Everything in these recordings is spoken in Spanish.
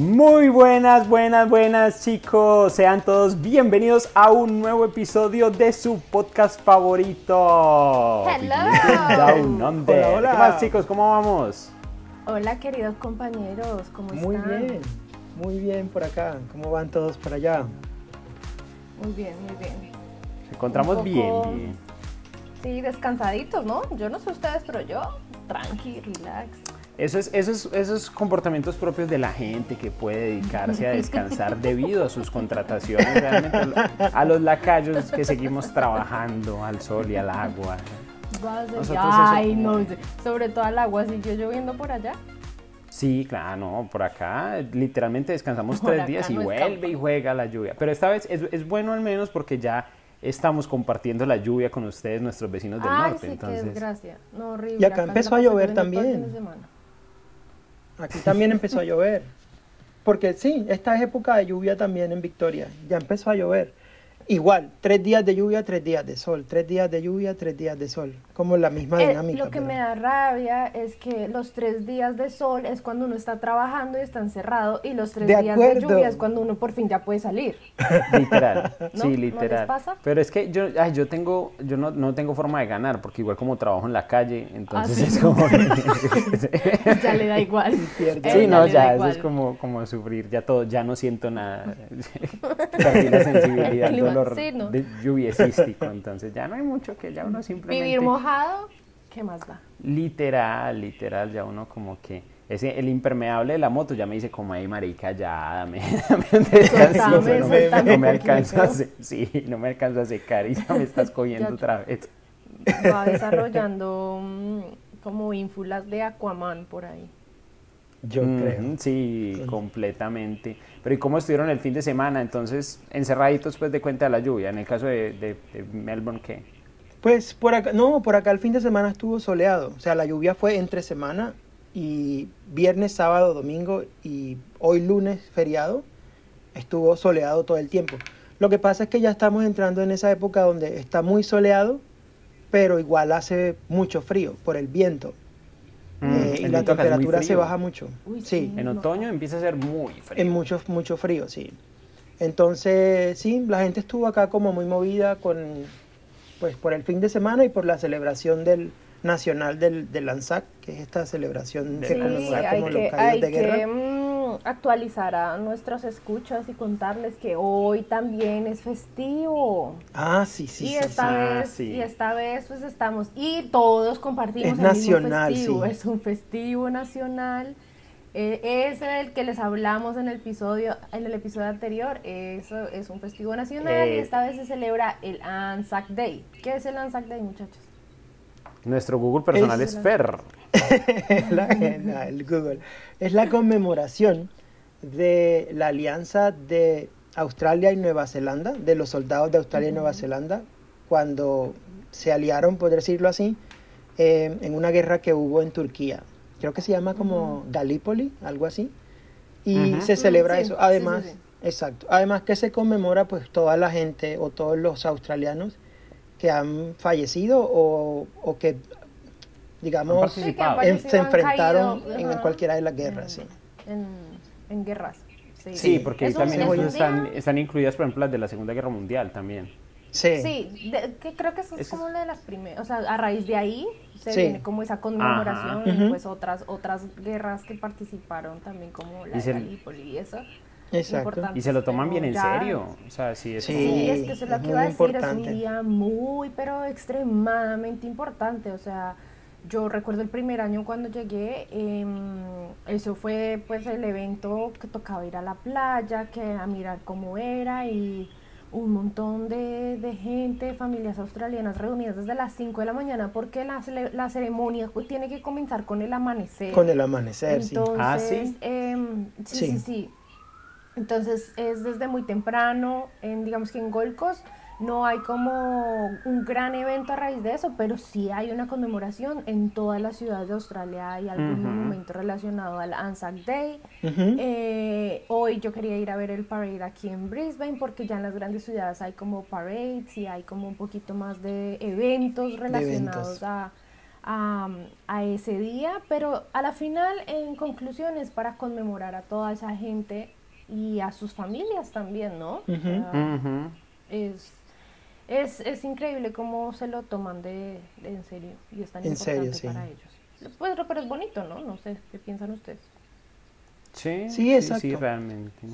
Muy buenas chicos, sean todos bienvenidos a un nuevo episodio de su podcast favorito. Hello. Down Under. Hola, hola. ¿Qué más chicos? ¿Cómo vamos? Hola queridos compañeros, ¿cómo están? Muy bien por acá. ¿Cómo van todos por allá? Muy bien. Nos encontramos Un poco- bien. Sí, descansaditos, ¿no? Yo no sé ustedes, pero yo, tranqui, relax. Esos comportamientos propios de la gente que puede dedicarse a descansar debido a sus contrataciones, realmente a los lacayos que seguimos trabajando al sol y al agua. Ay, no, sobre todo el agua, ¿siguió lloviendo por allá? Sí, claro, no, por acá literalmente descansamos Por 3 acá días y no vuelve escapa. y juega la lluvia. Pero esta vez es bueno al menos porque ya estamos compartiendo la lluvia con ustedes, nuestros vecinos del Ay, norte. sí, qué Entonces, desgracia. No, horrible. Y acá se empezó la a pasó llover lloviendo todo el también. fin de semana. Aquí también empezó a llover. Porque sí, esta es época de lluvia también en Victoria. Ya empezó a llover. Igual, 3 días de lluvia, 3 días de sol. 3 días de lluvia, 3 días de sol. Como la misma dinámica. Lo que pero- me da rabia es que los 3 días de sol es cuando uno está trabajando y está encerrado, y los 3 De días de acuerdo. lluvia es cuando uno por fin ya puede salir. literal, ¿No? sí, ¿No literal. les pasa? Pero es que yo no tengo forma de ganar porque igual como trabajo en la calle, entonces sí. es como... Ya le da igual. pierde. Sí, no, le da ya, eso igual. es como sufrir, ya todo, ya no siento nada. Perdí la sensibilidad, Clima, dolor sí, ¿no? de lluviecístico, entonces ya no hay mucho que ya uno simplemente... Vivir mojado, ¿qué más da? Literal, ya uno como que... el impermeable de la moto ya me dice como, ay marica, ya, dame un descansito, Suéltame no me un poquito. alcanzo no me alcanzo a secar y ya me estás cogiendo Ya. otra vez. Va desarrollando como ínfulas de Aquaman por ahí. Yo creo. Sí, completamente. Pero ¿y cómo estuvieron el fin de semana? Entonces, encerraditos pues de cuenta de la lluvia. En el caso de Melbourne, ¿qué? Pues por acá el fin de semana estuvo soleado. O sea, la lluvia fue entre semana y viernes, sábado, domingo y hoy lunes, feriado, estuvo soleado todo el tiempo. Lo que pasa es que ya estamos entrando en esa época donde está muy soleado, pero igual hace mucho frío por el viento. Y el la viento acá es muy temperatura se frío. baja mucho. Uy, Sí, En no. otoño empieza a ser muy frío. en mucho frío, sí. Entonces, sí, la gente estuvo acá como muy movida pues por el fin de semana y por la celebración del nacional del ANZAC, que es esta celebración que Sí, conmemora hay como que, los caídos hay de guerra. que actualizar a nuestros escuchas y contarles que hoy también es festivo. Ah, sí, sí, y sí, esta sí. vez, sí. y esta vez pues estamos, y todos compartimos Es el nacional, mismo festivo, sí. es un festivo nacional. Es el que les hablamos en el episodio anterior. Eso es un festivo nacional y esta vez se celebra el Anzac Day. ¿Qué es el Anzac Day, muchachos? Nuestro Google personal es Fer. El Google. Es la conmemoración de la alianza de Australia y Nueva Zelanda, de los soldados de Australia y Nueva Zelanda, cuando se aliaron, por decirlo así, en una guerra que hubo en Turquía. Creo que se llama como Gallipoli, algo así. Y se celebra Sí, eso. sí, Además, sí, sí. exacto. Además que se conmemora pues toda la gente o todos los australianos que han fallecido o que, digamos, participado. se enfrentaron caído, en ajá, cualquiera de las guerras, sí. en guerras. Sí, porque ahí Es un- también es un están incluidas, por ejemplo, las de la Segunda Guerra Mundial también. Sí. Sí, que creo que eso es Eso como una de las primeras, o sea, a raíz de ahí se Sí. viene como esa conmemoración Ajá. y Ujú. pues otras guerras que participaron también como la Y de se- Gallipoli y eso. Exacto. Importante. Y se lo toman bien en Ya. serio. O sea, sí, es Sí. Sí, es que eso es lo es que muy iba a decir, es importante. un día muy, pero extremadamente importante, o sea, yo recuerdo el primer año cuando llegué, eso fue pues el evento que tocaba ir a la playa, que a mirar cómo era y un montón de gente, familias australianas reunidas desde las 5 de la mañana porque la ceremonia pues, tiene que comenzar con el amanecer. Con el amanecer, sí. Entonces, Ah, ¿sí? Sí. Entonces es desde muy temprano, digamos que en Gold Coast no hay como un gran evento a raíz de eso, pero sí hay una conmemoración en todas las ciudades de Australia, hay algún monumento relacionado al Anzac Day. Hoy yo quería ir a ver el parade aquí en Brisbane porque ya en las grandes ciudades hay como parades y hay como un poquito más de eventos relacionados a a, a ese día, pero a la final, en conclusión, es para conmemorar a toda esa gente y a sus familias también, ¿no? O Ujú. sea, Ujú. es, es increíble cómo se lo toman de en serio y es tan En serio, importante sí. para ellos. Pues, pero es bonito, ¿no? No sé, ¿qué piensan ustedes? Sí, Sí, sí, sí, exacto. realmente.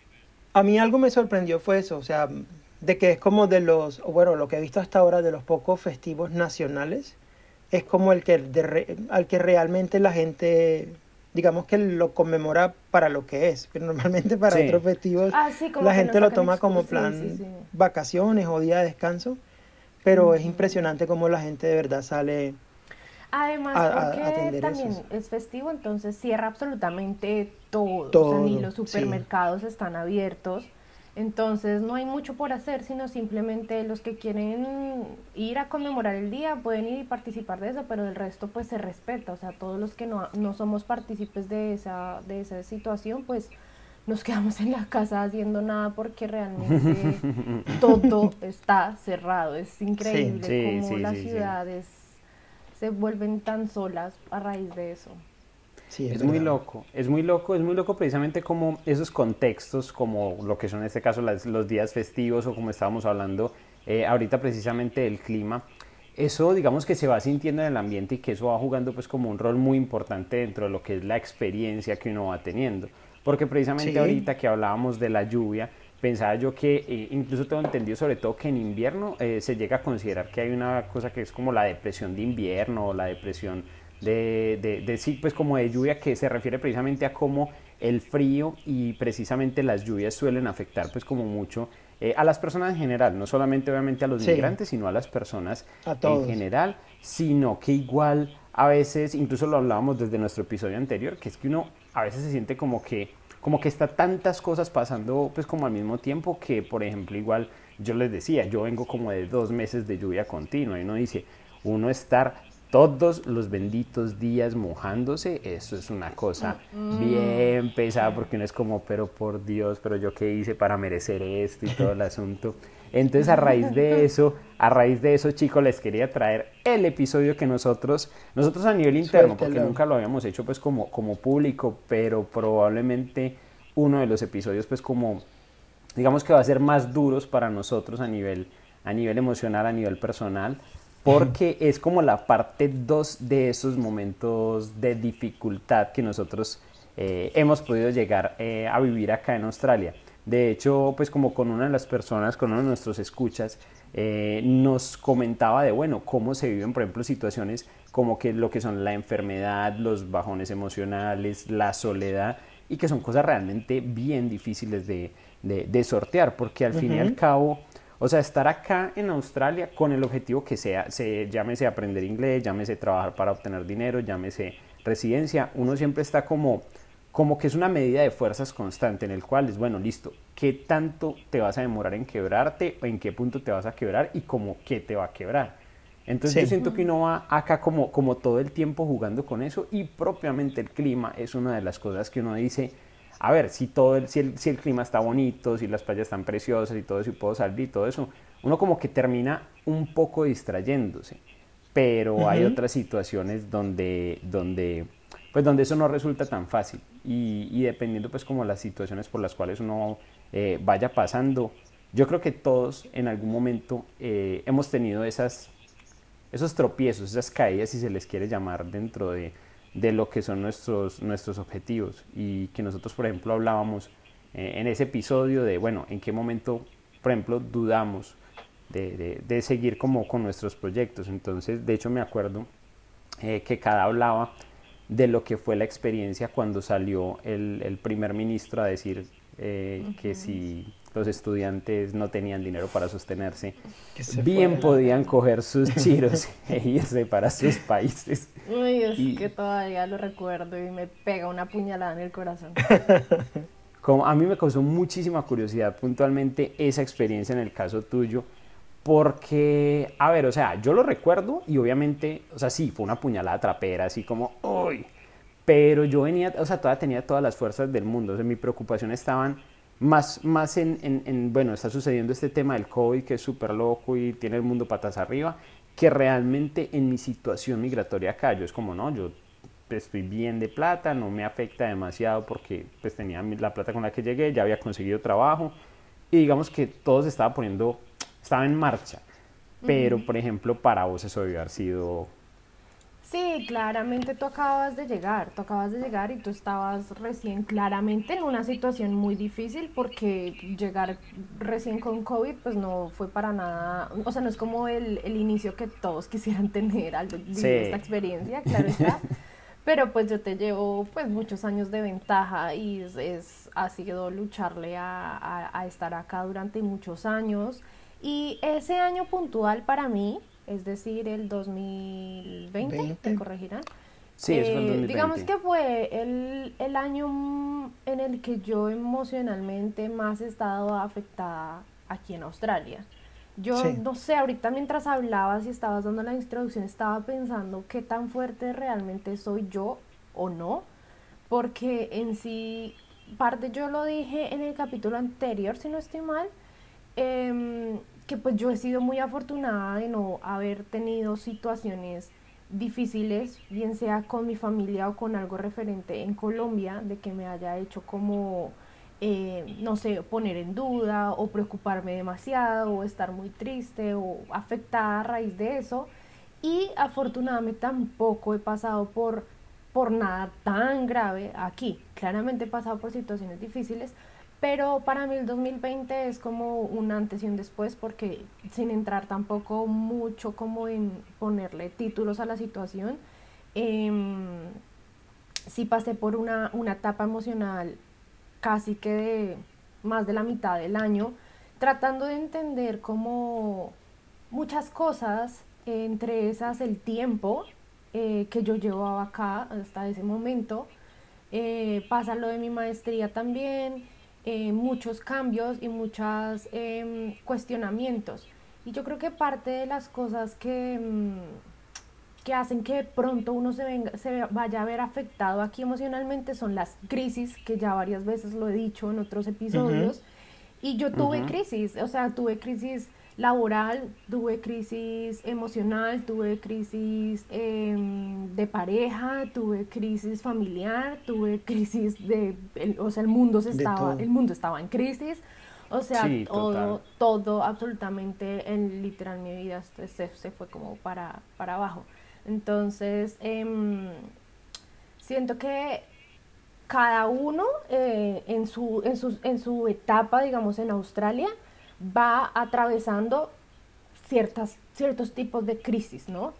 A mí algo me sorprendió fue eso, o sea, de que es como de los, o bueno, lo que he visto hasta ahora de los pocos festivos nacionales, es como el que al que realmente la gente, digamos que lo conmemora para lo que es, que normalmente para otros Sí, festivos Ah, sí, como la que no gente lo sacan toma como sí, sí, plan sí. vacaciones o día de descanso, pero es Ujú. impresionante cómo la gente de verdad sale Además, a porque atender esos. también es festivo, entonces cierra absolutamente todo. O sea, ni Todo, los sí. supermercados están abiertos. Entonces no hay mucho por hacer, sino simplemente los que quieren ir a conmemorar el día pueden ir y participar de eso, pero el resto pues se respeta. O sea, todos los que no somos partícipes de esa situación, pues nos quedamos en la casa haciendo nada porque realmente todo está cerrado. Es Sí, increíble sí, cómo sí, las sí, sí. ciudades se vuelven tan solas a raíz de eso. sí, es Es muy verdad. loco, es muy loco, es muy loco precisamente como esos contextos, como lo que son en este caso los días festivos o como estábamos hablando ahorita precisamente del clima, eso digamos que se va sintiendo en el ambiente y que eso va jugando pues como un rol muy importante dentro de lo que es la experiencia que uno va teniendo. Porque precisamente Sí, ahorita que hablábamos de la lluvia, pensaba yo que incluso tengo entendido sobre todo que en invierno se llega a considerar que hay una cosa que es como la depresión de invierno o la depresión sí, pues como de lluvia que se refiere precisamente a cómo el frío y precisamente las lluvias suelen afectar pues como mucho a las personas en general, no solamente obviamente a los sí, migrantes, sino a las personas a en todos. general, sino que igual a veces, incluso lo hablábamos desde nuestro episodio anterior, que es que uno a veces se siente como que está tantas cosas pasando pues como al mismo tiempo que, por ejemplo, igual yo les decía, yo vengo como de 2 meses de lluvia continua y uno dice, uno estar todos los benditos días mojándose, eso es una cosa bien Sí. pesada porque uno es como, pero por Dios, pero yo qué hice para merecer esto y todo el asunto. Entonces a raíz de eso chicos, les quería traer el episodio que nosotros a nivel interno, porque Suéltelo. nunca lo habíamos hecho pues como público, pero probablemente uno de los episodios pues como digamos que va a ser más duros para nosotros a nivel emocional, a nivel personal, porque es como la parte 2 de esos momentos de dificultad que nosotros hemos podido llegar a vivir acá en Australia. De hecho, pues como con una de las personas, con uno de nuestros escuchas, nos comentaba de, bueno, cómo se viven, por ejemplo, situaciones como que lo que son la enfermedad, los bajones emocionales, la soledad, y que son cosas realmente bien difíciles de sortear, porque al fin y al Ujú. cabo, o sea, estar acá en Australia con el objetivo que sea, llámese aprender inglés, llámese trabajar para obtener dinero, llámese residencia, uno siempre está como que es una medida de fuerzas constante en el cual es, bueno, listo, ¿qué tanto te vas a demorar en quebrarte? ¿En qué punto te vas a quebrar? Y como qué te va a quebrar. Entonces yo Sí. siento que uno va acá como todo el tiempo jugando con eso y propiamente el clima es una de las cosas que uno dice, a ver, si el clima está bonito, si las playas están preciosas y todo eso y puedo salir y todo eso, uno como que termina un poco distrayéndose, pero hay Ujú. otras situaciones pues donde eso no resulta tan fácil y dependiendo pues como las situaciones por las cuales uno vaya pasando, yo creo que todos en algún momento hemos tenido esos tropiezos, esas caídas, si se les quiere llamar, dentro de lo que son nuestros objetivos. Y que nosotros, por ejemplo, hablábamos en ese episodio de, bueno, en qué momento, por ejemplo, dudamos de seguir como con nuestros proyectos. Entonces, de hecho, me acuerdo que cada hablaba de lo que fue la experiencia cuando salió el primer ministro a decir que si los estudiantes no tenían dinero para sostenerse, Que se bien fueran. podían coger sus chiros e irse para sus países. Uy, es que Y todavía lo recuerdo y me pega una puñalada en el corazón. como a mí me causó muchísima curiosidad puntualmente esa experiencia en el caso tuyo, porque, a ver, o sea, yo lo recuerdo y obviamente, o sea, sí, fue una puñalada trapera, así como, uy, pero yo venía, o sea, todavía tenía todas las fuerzas del mundo, o sea, mi preocupación estaban más bueno, está sucediendo este tema del COVID que es súper loco y tiene el mundo patas arriba, que realmente en mi situación migratoria acá. Yo es como, no, yo estoy bien de plata, no me afecta demasiado porque pues tenía la plata con la que llegué, ya había conseguido trabajo y digamos que todo se estaba poniendo, estaba en marcha. Pero, por ejemplo, para vos eso debió haber sido... Sí, claramente tú acabas de llegar y tú estabas recién claramente en una situación muy difícil porque llegar recién con COVID pues no fue para nada, o sea, no es como el inicio que todos quisieran tener al vivir esta Sí, experiencia, claro está, pero pues yo te llevo pues muchos años de ventaja y ha sido lucharle a estar acá durante muchos años y ese año puntual para mí, es decir, el 2020, me 20. corregirán, sí, eso fue el digamos 2020. que fue el año en el que yo emocionalmente más he estado afectada aquí en Australia. Yo Sí, no sé, ahorita mientras hablabas y estabas dando la introducción, estaba pensando qué tan fuerte realmente soy yo o no, porque en sí, parte yo lo dije en el capítulo anterior, si no estoy mal, que pues yo he sido muy afortunada de no haber tenido situaciones difíciles, bien sea con mi familia o con algo referente en Colombia, de que me haya hecho como, no sé, poner en duda o preocuparme demasiado o estar muy triste o afectada a raíz de eso. Y afortunadamente tampoco he pasado por nada tan grave aquí. Claramente he pasado por situaciones difíciles, pero para mí el 2020 es como un antes y un después porque sin entrar tampoco mucho como en ponerle títulos a la situación, eh, sí pasé por una etapa emocional casi que de más de la mitad del año, tratando de entender como muchas cosas, entre esas el tiempo que yo llevaba acá hasta ese momento, pasa lo de mi maestría también, muchos cambios y muchos cuestionamientos. Y yo creo que parte de las cosas que hacen que de pronto uno se vaya a ver afectado aquí emocionalmente son las crisis, que ya varias veces lo he dicho en otros ujú, episodios. Y yo tuve Ujú. crisis, o sea, tuve crisis laboral, tuve crisis emocional, tuve crisis de pareja, tuve crisis familiar, tuve crisis o sea, de todo. el mundo estaba en crisis, o sea, Sí, total. todo, absolutamente, en literal mi vida se fue como para abajo. Entonces, siento que cada uno en su etapa, digamos, en Australia, va atravesando ciertos tipos de crisis, ¿no?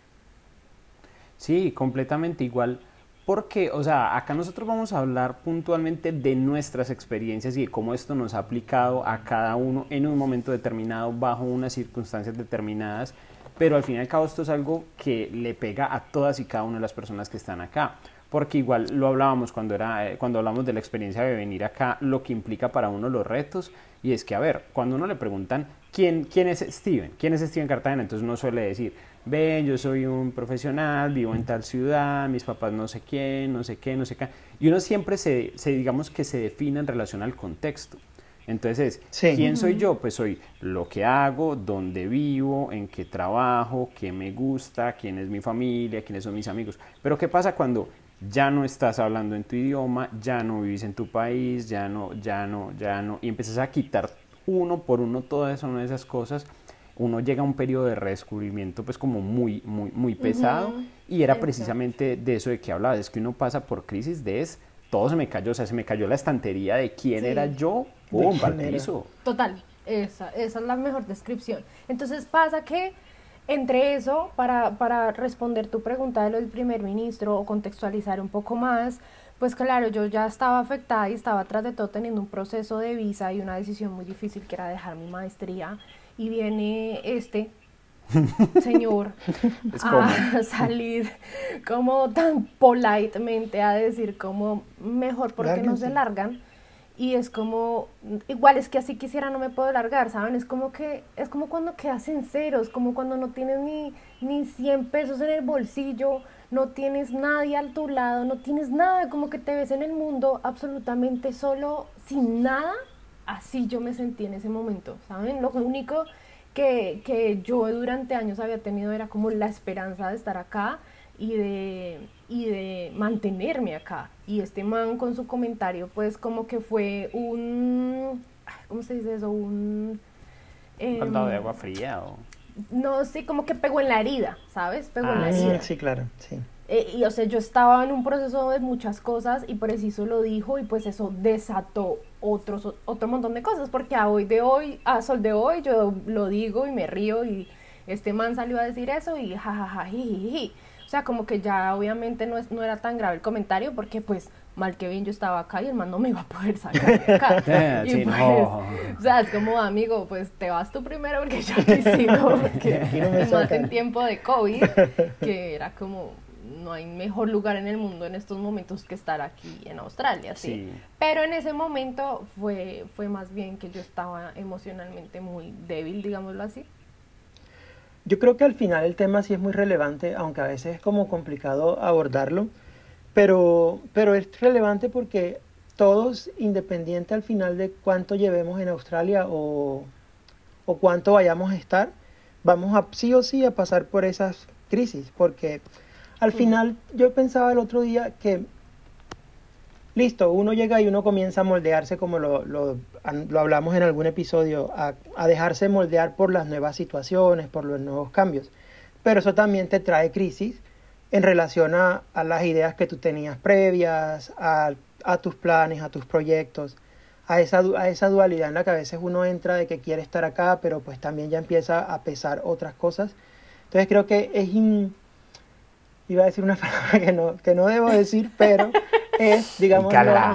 Sí, completamente igual. Porque, o sea, acá nosotros vamos a hablar puntualmente de nuestras experiencias y de cómo esto nos ha aplicado a cada uno en un momento determinado, bajo unas circunstancias determinadas, pero al fin y al cabo esto es algo que le pega a todas y cada una de las personas que están acá. Porque igual lo hablábamos cuando hablamos de la experiencia de venir acá, lo que implica para uno los retos, y es que, a ver, cuando uno le preguntan quién es Steven, quién es Steven Cartagena, entonces uno suele decir, ven, yo soy un profesional, vivo en tal ciudad, mis papás no sé quién, no sé qué, no sé qué. Y uno siempre digamos que se define en relación al contexto. Entonces, Sí, ¿quién soy Ujú. yo? Pues soy lo que hago, dónde vivo, en qué trabajo, qué me gusta, quién es mi familia, quiénes son mis amigos. Pero ¿qué pasa cuando ya no estás hablando en tu idioma, ya no vivís en tu país, ya no, y empiezas a quitar uno por uno todas esas cosas? Uno llega a un periodo de redescubrimiento pues como muy pesado, Ujú. y era Exacto. precisamente de eso de que hablaba, es que uno pasa por crisis todo se me cayó, o sea, se me cayó la estantería de quién era Sí. yo, ¿de pum, para el quién era? piso. Total, esa es la mejor descripción. Entonces pasa que entre eso, para responder tu pregunta de lo del primer ministro o contextualizar un poco más, pues claro, yo ya estaba afectada y estaba tras de todo teniendo un proceso de visa y una decisión muy difícil que era dejar mi maestría y viene este señor Es a como, salir como tan politemente a decir como mejor porque no se Lárguense. largan y es como igual es que así quisiera no me puedo largar, ¿saben? Es como que es como cuando quedas en ceros, como cuando no tienes ni 100 pesos en el bolsillo, no tienes nadie a tu lado, no tienes nada, como que te ves en el mundo absolutamente solo, sin nada. Así yo me sentí en ese momento, ¿saben? Lo único que yo durante años había tenido era como la esperanza de estar acá y de mantenerme acá. Y este man con su comentario, pues como que fue ¿cómo se dice eso? ¿Un caldado de agua fría o...? No, sí, como que pegó en la herida, ¿sabes? Pegó en la herida. Sí, claro, sí. Y o sea, yo estaba en un proceso de muchas cosas y preciso lo dijo y pues eso desató otro montón de cosas, porque a sol de hoy yo lo digo y me río y este man salió a decir eso y jajaja, jijiji. O sea, como que ya obviamente no era tan grave el comentario porque pues mal que bien yo estaba acá y el man no me iba a poder sacar de acá. Y sí, pues, no. o sea, es como, amigo, pues te vas tú primero porque yo aquí sigo, porque más en tiempo de COVID, que era como, no hay mejor lugar en el mundo en estos momentos que estar aquí en Australia, ¿sí? Pero en ese momento fue más bien que yo estaba emocionalmente muy débil, digámoslo así. Yo creo que al final el tema sí es muy relevante, aunque a veces es como complicado abordarlo, pero es relevante porque todos, independiente al final de cuánto llevemos en Australia o cuánto vayamos a estar, vamos a sí o sí a pasar por esas crisis, porque al final yo pensaba el otro día que, listo, uno llega y uno comienza a moldearse como lo hablamos en algún episodio, a dejarse moldear por las nuevas situaciones, por los nuevos cambios, pero eso también te trae crisis en relación a las ideas que tú tenías previas, a tus planes, a tus proyectos, a esa dualidad en la que a veces uno entra de que quiere estar acá, pero pues también ya empieza a pesar otras cosas. Entonces creo que iba a decir una palabra que no debo decir, pero es, digamos,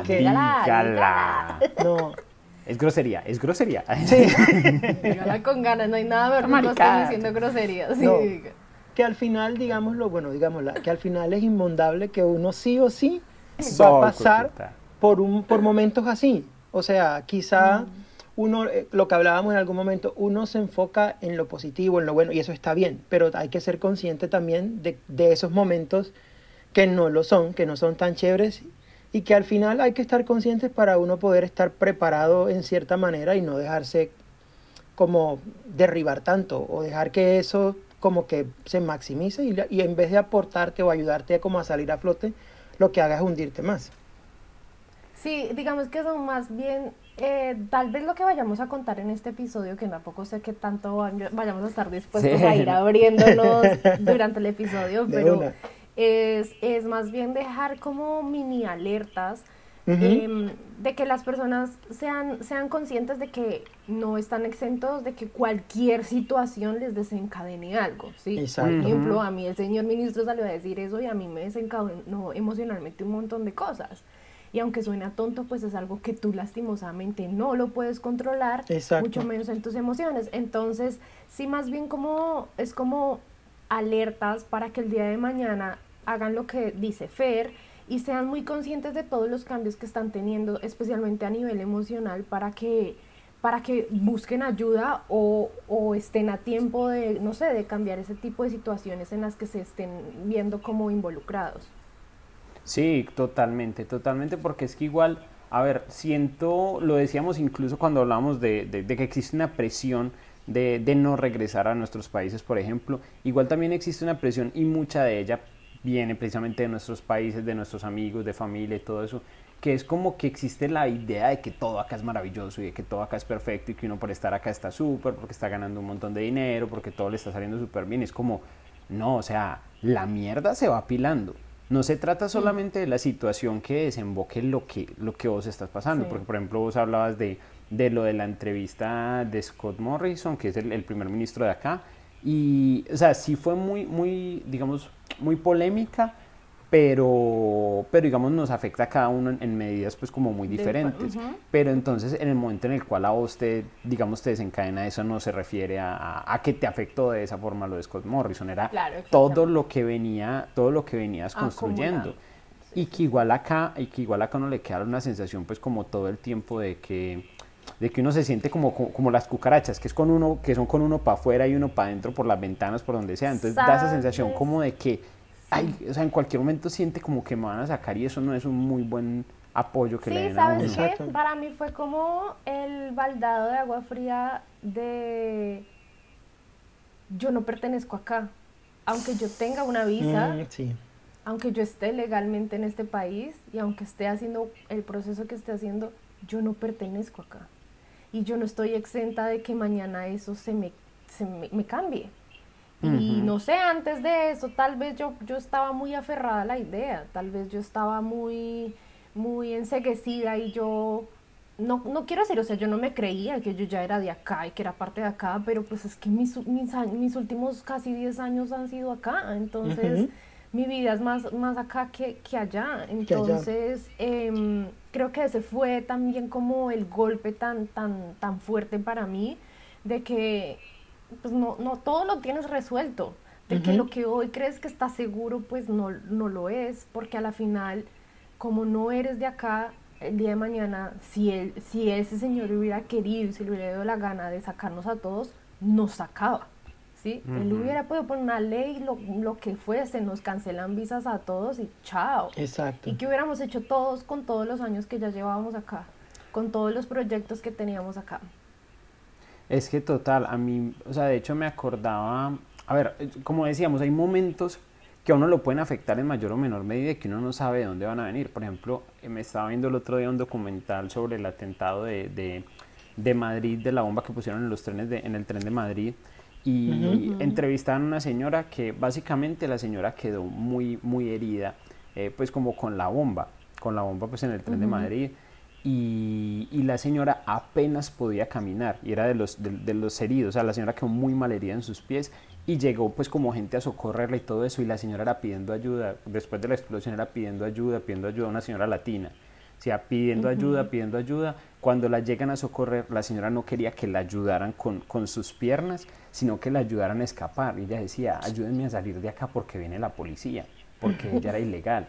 no. Es grosería. Sí. Dígala con ganas, no hay nada mejor que no estén diciendo groserías. Sí. No. Que al final, digámosla, que al final es inmondable que uno sí o sí va a pasar por momentos así. O sea, quizá uno, lo que hablábamos en algún momento, uno se enfoca en lo positivo, en lo bueno, y eso está bien, pero hay que ser consciente también de esos momentos que no son tan chéveres, y que al final hay que estar conscientes para uno poder estar preparado en cierta manera y no dejarse como derribar tanto, o dejar que eso como que se maximice y en vez de aportarte o ayudarte como a salir a flote, lo que haga es hundirte más. Sí, digamos que son más bien, tal vez lo que vayamos a contar en este episodio, que tampoco sé qué tanto vayamos a estar dispuestos a ir abriéndolos durante el episodio, pero es más bien dejar como mini alertas de que las personas sean conscientes de que no están exentos de que cualquier situación les desencadene algo, ¿sí? Exacto. Por ejemplo, a mí el señor ministro salió a decir eso y a mí me desencadenó emocionalmente un montón de cosas. Y aunque suena tonto, pues es algo que tú lastimosamente no lo puedes controlar, Exacto. mucho menos en tus emociones. Entonces, sí, más bien es como alertas para que el día de mañana hagan lo que dice Fer y sean muy conscientes de todos los cambios que están teniendo, especialmente a nivel emocional, para que busquen ayuda o estén a tiempo de, no sé, de cambiar ese tipo de situaciones en las que se estén viendo como involucrados. Sí, totalmente, porque es que igual, a ver, lo decíamos incluso cuando hablábamos de que existe una presión de no regresar a nuestros países, por ejemplo, igual también existe una presión y mucha de ella viene precisamente de nuestros países, de nuestros amigos, de familia y todo eso, que es como que existe la idea de que todo acá es maravilloso y de que todo acá es perfecto y que uno por estar acá está súper, porque está ganando un montón de dinero, porque todo le está saliendo súper bien. Es como, no, o sea, la mierda se va apilando. No se trata solamente de la situación que desemboque lo que vos estás pasando, porque por ejemplo vos hablabas de lo de la entrevista de Scott Morrison, que es el primer ministro de acá, y o sea, sí fue muy, digamos, muy polémica, pero digamos nos afecta a cada uno en medidas pues como muy diferentes. Pero entonces en el momento en el cual a vos te desencadena eso, no se refiere a que te afectó de esa forma lo de Scott Morrison, era todo lo que venías construyendo. Y que igual acá no le queda una sensación pues como todo el tiempo de que uno se siente como las cucarachas, que son con uno para afuera y uno para adentro por las ventanas, por donde sea. Entonces da esa sensación como de que o sea, en cualquier momento siente como que me van a sacar, y eso no es un muy buen apoyo que le den a uno. Sí, ¿sabes qué? Para mí fue como el baldado de agua fría de yo no pertenezco acá. Aunque yo tenga una visa, Sí. aunque yo esté legalmente en este país y aunque esté haciendo el proceso que esté haciendo, yo no pertenezco acá. Y yo no estoy exenta de que mañana eso me cambie. Y Ujú. no sé, antes de eso, tal vez yo estaba muy aferrada a la idea, tal vez yo estaba muy enceguecida y yo, no quiero decir, o sea, yo no me creía que yo ya era de acá y que era parte de acá, pero pues es que mis últimos casi 10 años han sido acá, entonces Ujú. mi vida es más acá que allá, Que allá. entonces creo que ese fue también como el golpe tan fuerte para mí, de que pues no todo lo tienes resuelto, de que Ujú. lo que hoy crees que está seguro, pues no lo es, porque a la final, como no eres de acá, el día de mañana, si ese señor hubiera querido, si le hubiera dado la gana de sacarnos a todos, nos sacaba, ¿sí? Él Ujú. hubiera podido poner una ley, lo que fuese, nos cancelan visas a todos y chao. ¿Y Exacto. qué hubiéramos hecho todos con todos los años que ya llevábamos acá? Con todos los proyectos que teníamos acá. Es que total, a mí, o sea, de hecho me acordaba, a ver, como decíamos, hay momentos que a uno lo pueden afectar en mayor o menor medida y que uno no sabe de dónde van a venir. Por ejemplo, me estaba viendo el otro día un documental sobre el atentado de Madrid, de la bomba que pusieron en los trenes en el tren de Madrid, Ujú. y Ujú, entrevistaban a una señora que básicamente la señora quedó muy herida, pues como con la bomba pues en el tren de ujú. Madrid, y la señora apenas podía caminar y era de los heridos, o sea, la señora quedó muy mal herida en sus pies y llegó pues como gente a socorrerla y todo eso y la señora era pidiendo ayuda, después de la explosión era pidiendo ayuda a una señora latina, o sea, Ujú. pidiendo ayuda, cuando la llegan a socorrer la señora no quería que la ayudaran con sus piernas, sino que la ayudaran a escapar y ella decía, ayúdenme a salir de acá porque viene la policía, porque ella era ilegal.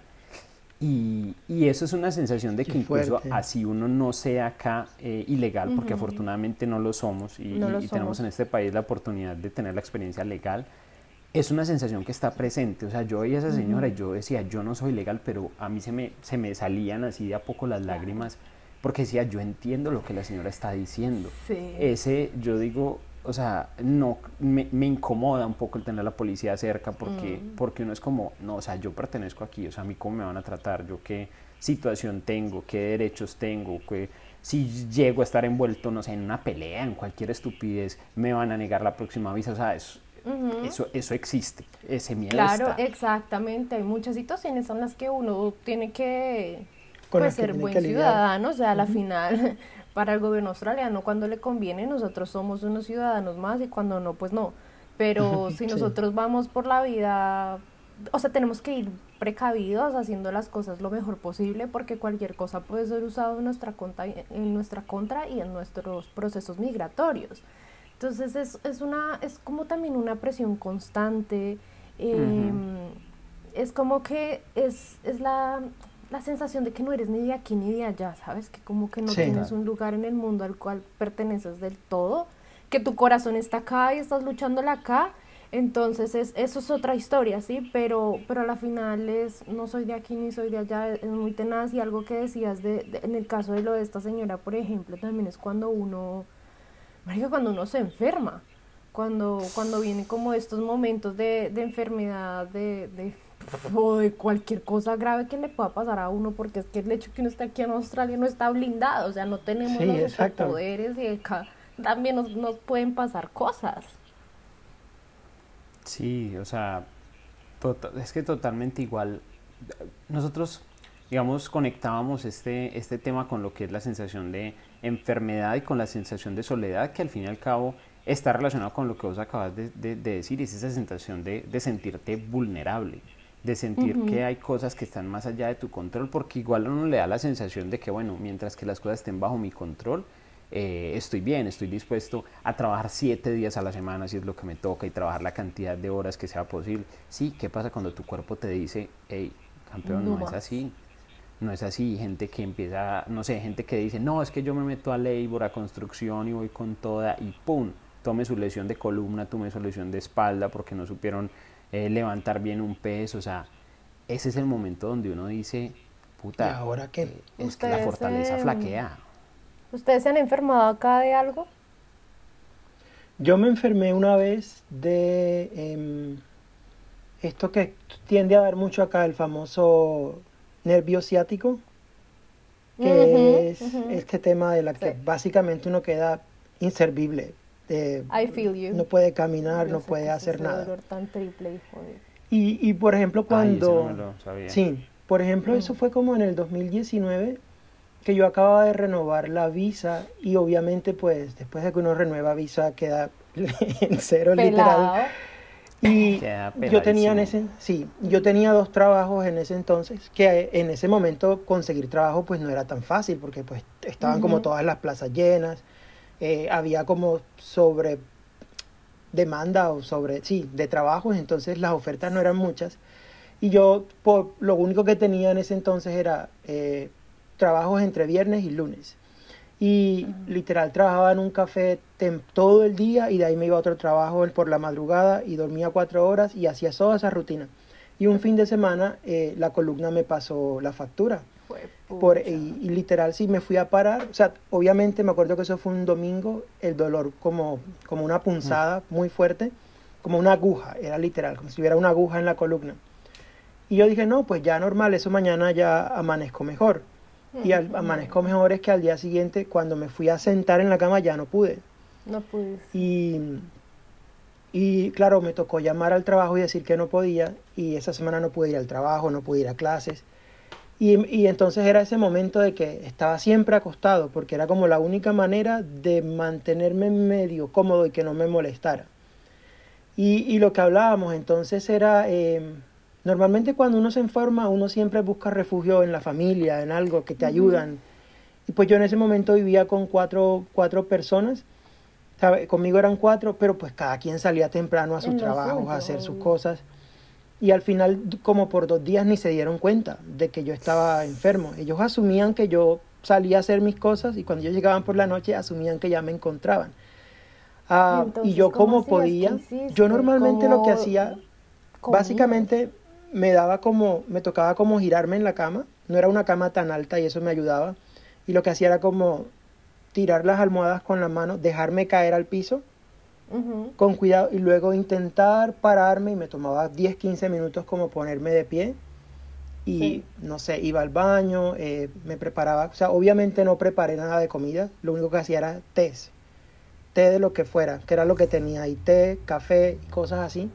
Y eso es una sensación de Qué que incluso fuerte. así uno no sea acá ilegal, porque Ujú. afortunadamente no lo somos No lo y tenemos en somos. este país la oportunidad de tener la experiencia legal, es una sensación que está presente. O sea, yo veía a esa señora y Ujú. yo decía, yo no soy legal, pero a mí se me salían así de a poco las Claro. lágrimas, porque decía, yo entiendo lo que la señora está diciendo. Sí. Ese, yo digo, o sea, no, me incomoda un poco el tener a la policía cerca Mm. porque uno es como, no, o sea, yo pertenezco aquí, o sea, a mí cómo me van a tratar, yo qué situación tengo, qué derechos tengo, si llego a estar envuelto, no sé, en una pelea, en cualquier estupidez, me van a negar la próxima visa, o sea, Ujú. eso existe, ese miedo Claro, está. exactamente. Hay muchas situaciones en las que uno tiene que, Con pues, las que ser tiene buen que lidiar. ciudadano. O sea, a la Ujú. final, para el gobierno australiano, cuando le conviene, nosotros somos unos ciudadanos más y cuando no, pues no. Pero si Sí, nosotros vamos por la vida, o sea, tenemos que ir precavidos, haciendo las cosas lo mejor posible, porque cualquier cosa puede ser usado en nuestra contra y en nuestros procesos migratorios. Entonces es como también una presión constante, eh, Ujú. es como que es la sensación de que no eres ni de aquí ni de allá, ¿sabes? Que como que no sí, tienes Total. un lugar en el mundo al cual perteneces del todo, que tu corazón está acá y estás luchándola acá. Entonces eso es otra historia, ¿sí? Pero a la final no soy de aquí ni soy de allá, es muy tenaz. Y algo que decías en el caso de lo de esta señora, por ejemplo, también es cuando uno se enferma, cuando vienen como estos momentos de enfermedad, o de cualquier cosa grave que le pueda pasar a uno, porque es que el hecho que uno esté aquí en Australia no está blindado, o sea, no tenemos sí, los exacto. superpoderes y acá también nos pueden pasar cosas. Sí, o sea, es que totalmente igual. Nosotros, digamos, conectábamos este tema con lo que es la sensación de enfermedad y con la sensación de soledad, que al fin y al cabo está relacionado con lo que vos acabas de decir, y es esa sensación de sentirte vulnerable, de sentir que Ujú. hay cosas que están más allá de tu control, porque igual a uno le da la sensación de que, bueno, mientras que las cosas estén bajo mi control, estoy bien, estoy dispuesto a trabajar 7 días a la semana si es lo que me toca y trabajar la cantidad de horas que sea posible. Sí, ¿qué pasa cuando tu cuerpo te dice, hey, campeón, No no es más. así? No es así, gente que empieza, no sé, gente que dice, no, es que yo me meto a labor, a construcción y voy con toda y ¡pum! Tome su lesión de columna, tome su lesión de espalda porque no supieron levantar bien un peso, o sea, ese es el momento donde uno dice, ¿Y puta, ahora qué? es que la ¿Ustedes, fortaleza flaquea. ¿Ustedes se han enfermado acá de algo? Yo me enfermé una vez de esto que tiende a dar mucho acá, el famoso nervio ciático, Ujú, que es ujú. este tema de la Sí, que básicamente uno queda inservible, I feel you. no puede caminar, Yo no sé que puede es hacer ese nada. dolor tan triple y jodido. Y por ejemplo, Ay, eso no me cuando, lo sabía. sí, por ejemplo, eso Mm. fue como en el 2019 que yo acababa de renovar la visa y obviamente pues después de que uno renueva visa queda en cero literal. Pelado. Y Queda yo tenía peladísimo. sí, yo tenía dos trabajos en ese entonces, que en ese momento conseguir trabajo pues no era tan fácil porque pues estaban como Ujú. todas las plazas llenas, había como sobre demanda o sobre, sí, de trabajos, entonces las ofertas no eran muchas. Y yo lo único que tenía en ese entonces era trabajos entre viernes y lunes. Y literal trabajaba en un café todo el día y de ahí me iba a otro trabajo por la madrugada y dormía 4 horas y hacía toda esa rutina. Y un fin de semana la columna me pasó la factura. Fue pucha. Y literal sí me fui a parar, o sea, obviamente me acuerdo que eso fue un domingo, el dolor como una punzada muy fuerte, como una aguja, era literal, como si hubiera una aguja en la columna. Y yo dije, no, pues ya normal, eso mañana ya amanezco mejor. Y amanezco Ujú. mejor es que al día siguiente, cuando me fui a sentar en la cama, ya no pude. No pudiste. Y, y claro, me tocó llamar al trabajo y decir que no podía. Y esa semana no pude ir al trabajo, no pude ir a clases. Y entonces era ese momento de que estaba siempre acostado, porque era como la única manera de mantenerme medio cómodo y que no me molestara. Y lo que hablábamos entonces era, normalmente cuando uno se enferma, uno siempre busca refugio en la familia, en algo que te Ujú. ayudan. Y pues yo en ese momento vivía con cuatro personas, ¿sabe? Conmigo eran cuatro, pero pues cada quien salía temprano a sus En lo trabajos, a suyo, hacer sus obvio. cosas. Y al final, como por 2 días, ni se dieron cuenta de que yo estaba enfermo. Ellos asumían que yo salía a hacer mis cosas y cuando ellos llegaban por la noche asumían que ya me encontraban. Y Y entonces, yo ¿cómo como hacías? ¿Qué podía, yo hiciste? normalmente lo que ¿Cómo hacía, comías? básicamente me tocaba como girarme en la cama, no era una cama tan alta y eso me ayudaba. Y lo que hacía era como tirar las almohadas con la mano, dejarme caer al piso Ujú. con cuidado y luego intentar pararme y me tomaba 10 15 minutos como ponerme de pie y Sí. no sé, iba al baño, me preparaba, o sea, obviamente no preparé nada de comida, lo único que hacía era té de lo que fuera, que era lo que tenía ahí, té, café y cosas así.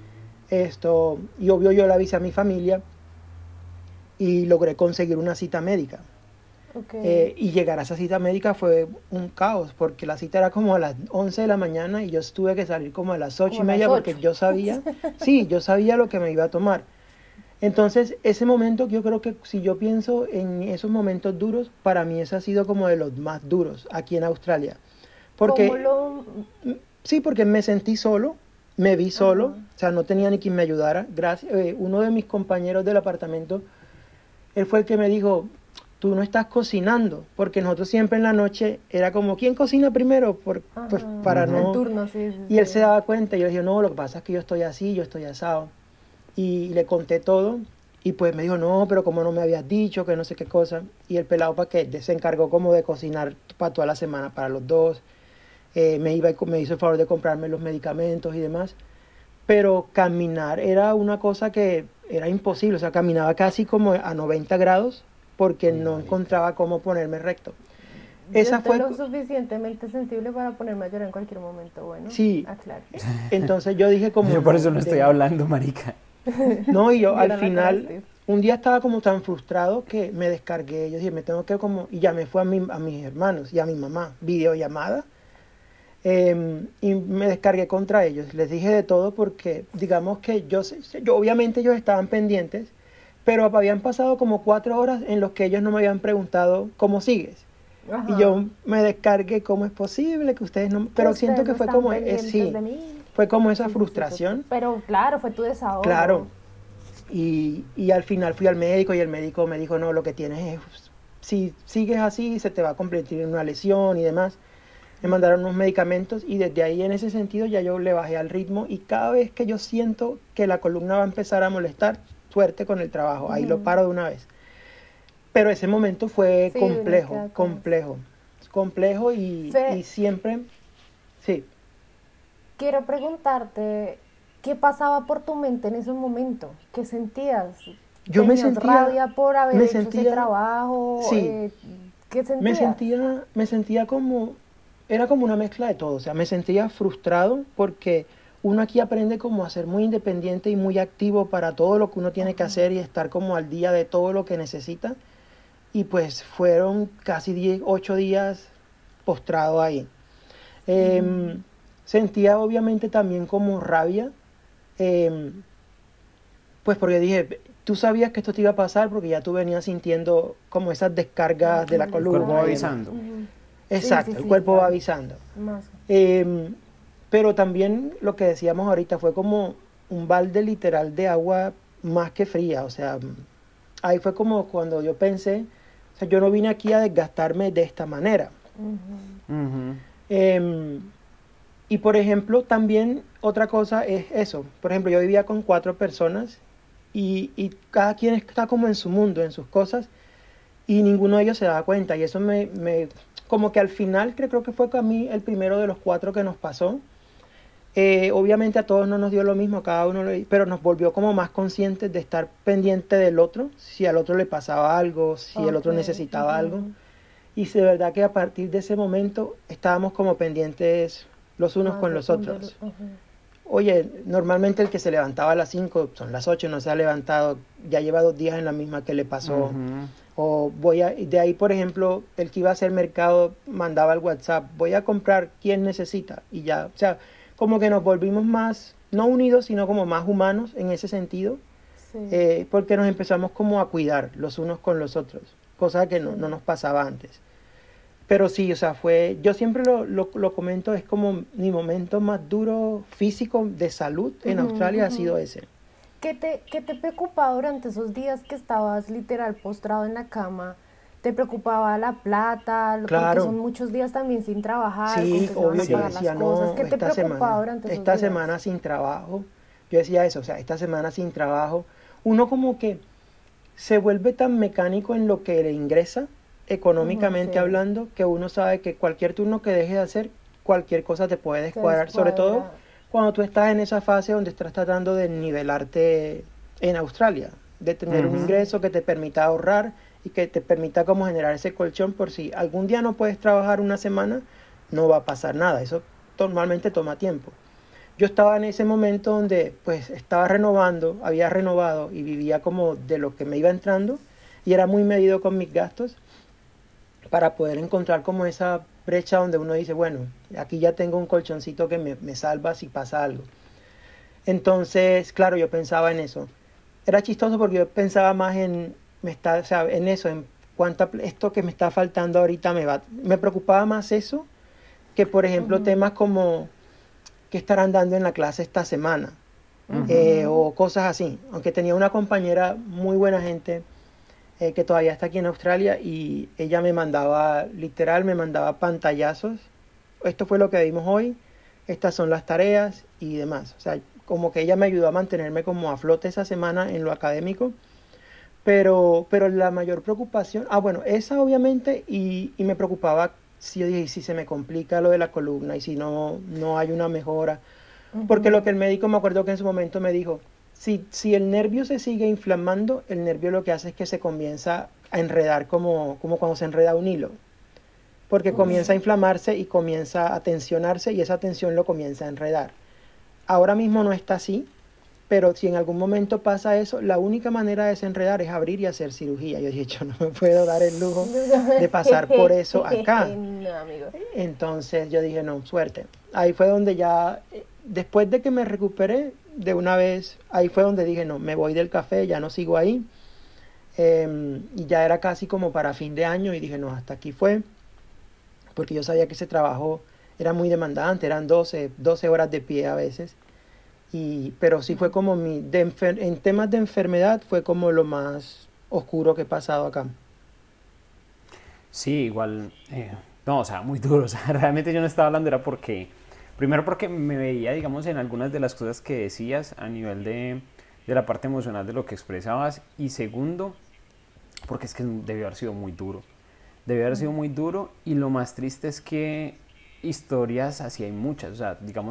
Y obvio yo le avisé a mi familia y logré conseguir una cita médica. Ok. Y llegar a esa cita médica fue un caos, porque la cita era como a las 11 de la mañana y yo tuve que salir como a las ocho Como y a las media porque 8. yo sabía, sí, yo sabía lo que me iba a tomar. Entonces, ese momento, yo creo que si yo pienso en esos momentos duros, para mí ese ha sido como de los más duros aquí en Australia. ¿Cómo Porque, lo...? sí, porque me sentí solo, me vi solo, Ajá. o sea, no tenía ni quien me ayudara. Gracias, uno de mis compañeros del apartamento, él fue el que me dijo, tú no estás cocinando, porque nosotros siempre en la noche era como, ¿quién cocina primero? Pues para Ajá. El no... turno, sí, sí, Y él se sí. daba cuenta y yo le dije, no, lo que pasa es que yo estoy así, yo estoy asado. Y le conté todo y pues me dijo, no, pero como no me habías dicho, que no sé qué cosa. Y el pelado para que se encargó como de cocinar para toda la semana para los dos. Me hizo el favor de comprarme los medicamentos y demás. Pero caminar era una cosa que era imposible, o sea, caminaba casi como a 90 grados porque Uy, no marica. encontraba cómo ponerme recto. Yo Esa estoy fue, lo suficientemente sensible para ponerme a llorar en cualquier momento. Bueno, sí, aclaro. entonces yo dije como Yo por no, eso no estoy hablando, marica. no, y yo al ¿Vieron la cara de final, Steve? un día estaba como tan frustrado que me descargué, yo dije, me tengo que como, y llamé fue a mis hermanos y a mi mamá, videollamada, y me descargué contra ellos. Les dije de todo porque, digamos que yo obviamente ellos estaban pendientes, pero habían pasado como 4 horas en los que ellos no me habían preguntado cómo sigues. Y Ajá. yo me descargué cómo es posible que ustedes no, Que pero siento ustedes que no fue están como, pendientes sí, de mí. fue como esa Sí, sí, sí, total. frustración, Pero claro, fue tu claro. desahogo. Y al final fui al médico y el médico me dijo, no, lo que tienes es, si sigues así, se te va a convertir en una lesión y demás. Me mandaron unos medicamentos y desde ahí en ese sentido ya yo le bajé al ritmo y cada vez que yo siento que la columna va a empezar a molestar, suerte con el trabajo, ahí lo Ujú. paro de una vez. Pero ese momento fue Sí, uno queda como... complejo y Fe, siempre, sí, quiero preguntarte, ¿qué pasaba por tu mente en ese momento? ¿Qué sentías? Yo me ¿Tenías sentía, rabia por haber me hecho ese sentía, trabajo? sí, ¿Qué sentías? me sentía como, era como una mezcla de todo, o sea, me sentía frustrado porque uno aquí aprende como a ser muy independiente y muy activo para todo lo que uno tiene que hacer y estar como al día de todo lo que necesita. Y pues fueron casi 10, 8 días postrado ahí. Em, Sentía obviamente también como rabia, em, pues porque dije, tú sabías que esto te iba a pasar porque ya tú venías sintiendo como esas descargas de la El cuerpo va columna y demás. avisando. Ujú. Sí, sí, Exacto, el sí, cuerpo va claro. avisando. Más. Em, pero también lo que decíamos ahorita fue como un balde literal de agua más que fría. O sea, ahí fue como cuando yo pensé, o sea, yo no vine aquí a desgastarme de esta manera. Ujú. Ujú. Em, y por ejemplo, también otra cosa es eso. Por ejemplo, yo vivía con 4 personas y cada quien está como en su mundo, en sus cosas, y ninguno de ellos se daba cuenta. Y eso como que al final creo que fue a mí el primero de los 4 que nos pasó. Obviamente a todos no nos dio lo mismo, cada uno, pero nos volvió como más conscientes de estar pendiente del otro, si al otro le pasaba algo, si el Ok. otro necesitaba algo. Ujú. Y de verdad que a partir de ese momento estábamos como pendientes los unos Más con de los un del... otros. ujú. Oye, normalmente el que se levantaba a las 5 son las 8, no se ha levantado, ya lleva 2 días en la misma que le pasó. Ujú. O de ahí, por ejemplo, el que iba a hacer mercado mandaba al WhatsApp, voy a comprar, ¿quién necesita? Y ya, o sea, como que nos volvimos más, no unidos, sino como más humanos en ese sentido, Sí, porque nos empezamos como a cuidar los unos con los otros, cosa que no sí. nos pasaba antes. Pero sí, o sea, yo siempre lo comento, es como mi momento más duro físico de salud en Ujú, Australia ha ujú. sido ese. ¿Qué te preocupaba durante esos días que estabas literal postrado en la cama? ¿Te preocupaba la plata? Porque Claro, son muchos días también sin trabajar, con sí, que se van obvio, a yo pagar Sí. las decía, cosas. no, ¿Qué te preocupaba durante esos esta días? semana sin trabajo, yo decía eso, o sea, esta semana sin trabajo, uno como que se vuelve tan mecánico en lo que le ingresa, Ujú, sí, económicamente hablando, que uno sabe que cualquier turno que deje de hacer, cualquier cosa te puede se descuadrar, sobre todo descuadra. cuando tú estás en esa fase donde estás tratando de nivelarte en Australia, de tener un Ujú. ingreso que te permita ahorrar y que te permita como generar ese colchón por si algún día no puedes trabajar una semana, no va a pasar nada, eso normalmente toma tiempo. Yo estaba en ese momento donde pues estaba renovando, había renovado y vivía como de lo que me iba entrando y era muy medido con mis gastos para poder encontrar como esa brecha donde uno dice, bueno, aquí ya tengo un colchoncito que me salva si pasa algo. Entonces, claro, yo pensaba en eso. Era chistoso porque yo pensaba más o sea, en eso, en esto que me está faltando ahorita me preocupaba más eso que, por ejemplo, Ujú, temas como qué estarán dando en la clase esta semana, ujú. o cosas así. Aunque tenía una compañera muy buena gente que todavía está aquí en Australia y ella me mandaba, literal, me mandaba pantallazos. Esto fue lo que vimos hoy, estas son las tareas y demás. O sea, como que ella me ayudó a mantenerme como a flote esa semana en lo académico. Pero la mayor preocupación, bueno, esa obviamente, y me preocupaba si yo dije, "¿Y si se me complica lo de la columna y si no hay una mejora?" Porque lo Ujú. que el médico me acuerdo que en su momento me dijo, si el nervio se sigue inflamando, el nervio lo que hace es que se comienza a enredar como cuando se enreda un hilo. Porque comienza a Ok. inflamarse y comienza a tensionarse y esa tensión lo comienza a enredar. Ahora mismo no está así, pero si en algún momento pasa eso, la única manera de desenredar es abrir y hacer cirugía. Yo dije, yo no me puedo dar el lujo de pasar por eso acá. No, amigo. Entonces yo dije, no, suerte. Ahí fue donde ya, después de que me recuperé de una vez, ahí fue donde dije, no, me voy del café, ya no sigo ahí. Y ya era casi como para fin de año y dije, no, hasta aquí fue, porque yo sabía que ese trabajo era muy demandante, eran 12 horas de pie a veces. Pero sí fue como en temas de enfermedad fue como lo más oscuro que he pasado acá. Sí, igual, no, o sea, muy duro. O sea, realmente yo no estaba hablando, era primero porque me veía, digamos, en algunas de las cosas que decías a nivel de la parte emocional de lo que expresabas. Y segundo, porque es que debió haber sido muy duro. Debió haber sido muy duro y lo más triste es que historias así hay muchas. O sea, digamos que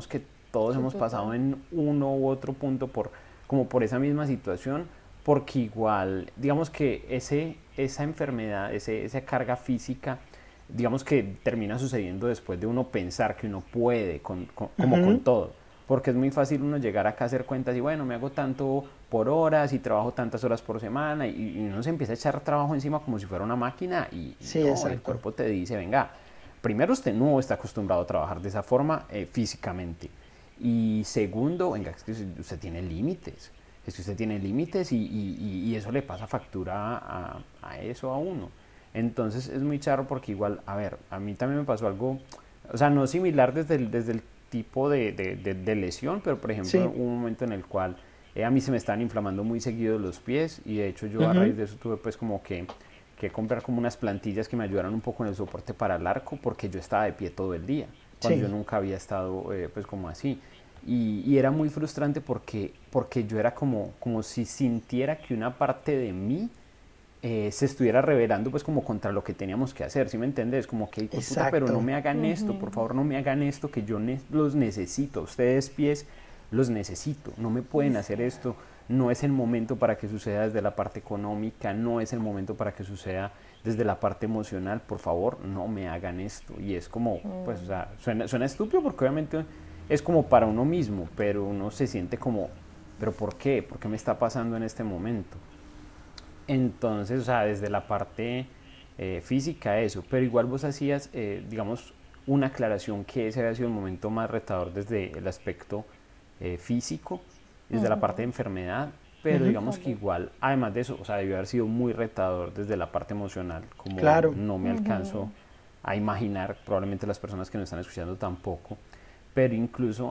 todos Sí, hemos pasado total. en uno u otro punto como por esa misma situación, porque igual, digamos que esa enfermedad, esa carga física, digamos que termina sucediendo después de uno pensar que uno puede, como con Ujú. todo. Porque es muy fácil uno llegar acá a hacer cuentas y bueno, me hago tanto por horas y trabajo tantas horas por semana y uno se empieza a echar trabajo encima como si fuera una máquina y Sí, no, el exacto. cuerpo te dice, venga, primero usted no está acostumbrado a trabajar de esa forma físicamente y segundo, venga, es que usted tiene límites, es que usted tiene límites y eso le pasa factura a eso a uno. Entonces es muy charro porque igual, a ver, a mí también me pasó algo, o sea, no similar desde el tipo de lesión, pero por ejemplo Sí. hubo un momento en el cual a mí se me estaban inflamando muy seguido los pies y de hecho yo a Ujú. raíz de eso tuve pues como que comprar como unas plantillas que me ayudaran un poco en el soporte para el arco porque yo estaba de pie todo el día, cuando yo Sí, nunca había estado pues como así. Y era muy frustrante porque yo era como si sintiera que una parte de mí se estuviera rebelando pues como contra lo que teníamos que hacer, ¿sí me entiendes? Como que, hijo de puta, pero no exacto. me hagan esto, por Ujú. favor no me hagan esto, que yo los necesito, ustedes pies los necesito, no me pueden hacer Sí. esto, no es el momento para que suceda desde la parte económica, no es el momento para que suceda desde la parte emocional, por favor no me hagan esto. Y es como, pues, o Mm. sea, suena estúpido porque obviamente es como para uno mismo, pero uno se siente como, pero ¿por qué? ¿Por qué me está pasando en este momento? Entonces, o sea, desde la parte física eso, pero igual vos hacías, digamos, una aclaración que ese había sido el momento más retador desde el aspecto físico, desde la parte de Ujú. enfermedad, pero Ujú. digamos que Salud. igual, además de eso, o sea, debió haber sido muy retador desde la parte emocional, como Claro. no me alcanzo Ujú. a imaginar, probablemente las personas que nos están escuchando tampoco, pero incluso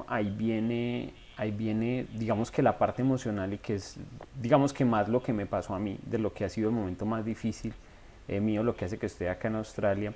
ahí viene, digamos que la parte emocional y que es, digamos que más lo que me pasó a mí, de lo que ha sido el momento más difícil mío, lo que hace que esté acá en Australia,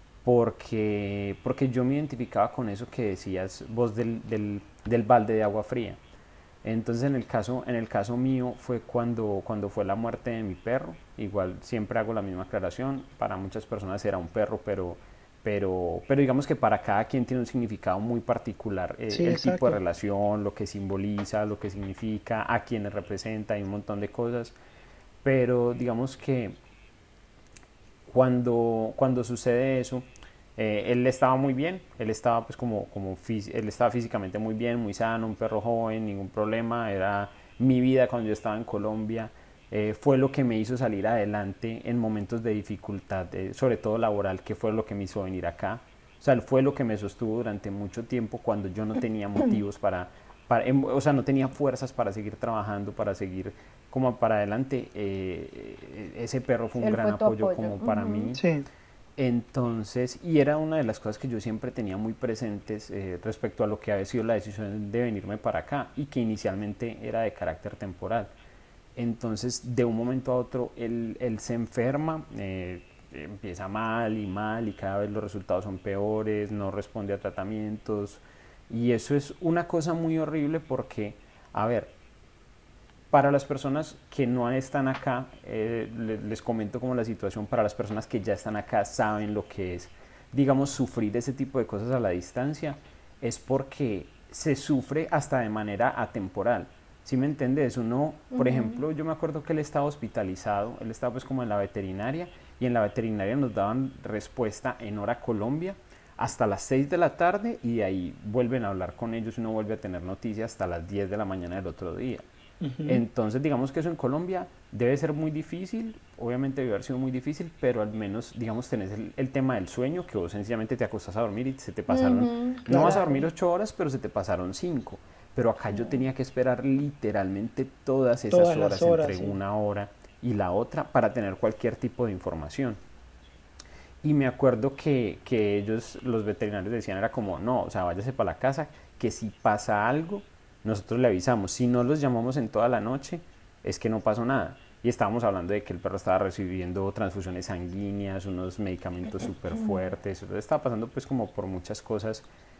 porque yo me identificaba con eso que decías vos del balde de agua fría. Entonces en el caso mío fue cuando fue la muerte de mi perro. Igual siempre hago la misma aclaración. Para muchas personas era un perro, pero digamos que para cada quien tiene un significado muy particular. Sí, El tipo de exacto. relación, lo que simboliza, lo que significa, a quienes representa y un montón de cosas. Pero digamos que cuando sucede eso, él estaba muy bien, él estaba pues él estaba físicamente muy bien, muy sano, un perro joven, ningún problema, era mi vida cuando yo estaba en Colombia, fue lo que me hizo salir adelante en momentos de dificultad, sobre todo laboral, que fue lo que me hizo venir acá. O sea, él fue lo que me sostuvo durante mucho tiempo cuando yo no tenía motivos o sea, no tenía fuerzas para seguir trabajando, para seguir como para adelante. Ese perro fue un Él gran fue tu apoyo apoyo. como para Ujú. mí. Sí. Entonces, y era una de las cosas que yo siempre tenía muy presentes respecto a lo que había sido la decisión de venirme para acá y que inicialmente era de carácter temporal. Entonces, de un momento a otro, él se enferma, empieza mal y cada vez los resultados son peores, no responde a tratamientos. Y eso es una cosa muy horrible porque, a ver, para las personas que no están acá, les comento como la situación, para las personas que ya están acá saben lo que es, digamos, sufrir ese tipo de cosas a la distancia, es porque se sufre hasta de manera atemporal. ¿Sí me entiendes? Uno, por Ujú. ejemplo, yo me acuerdo que él estaba hospitalizado, él estaba pues como en la veterinaria y en la veterinaria nos daban respuesta en hora Colombia hasta las 6 de la tarde y de ahí vuelven a hablar con ellos y uno vuelve a tener noticias hasta las 10 de la mañana del otro día. Ujú. Entonces, digamos que eso en Colombia debe ser muy difícil, obviamente debe haber sido muy difícil, pero al menos, digamos, tenés el tema del sueño, que vos sencillamente te acostás a dormir y se te pasaron, Ujú. no vas a Claro. dormir Claro. 8 horas, pero se te pasaron 5. Pero acá Sí. yo tenía que esperar literalmente todas esas Todas las horas horas, entre sí. una hora y la otra para tener cualquier tipo de información. Y me acuerdo que ellos, los veterinarios decían, era como, no, o sea, váyase para la casa, que si pasa algo, nosotros le avisamos. Si no los llamamos en toda la noche, es que no pasó nada. Y estábamos hablando de que el perro estaba recibiendo transfusiones sanguíneas, unos medicamentos súper fuertes. Entonces estaba pasando pues como por muchas cosas,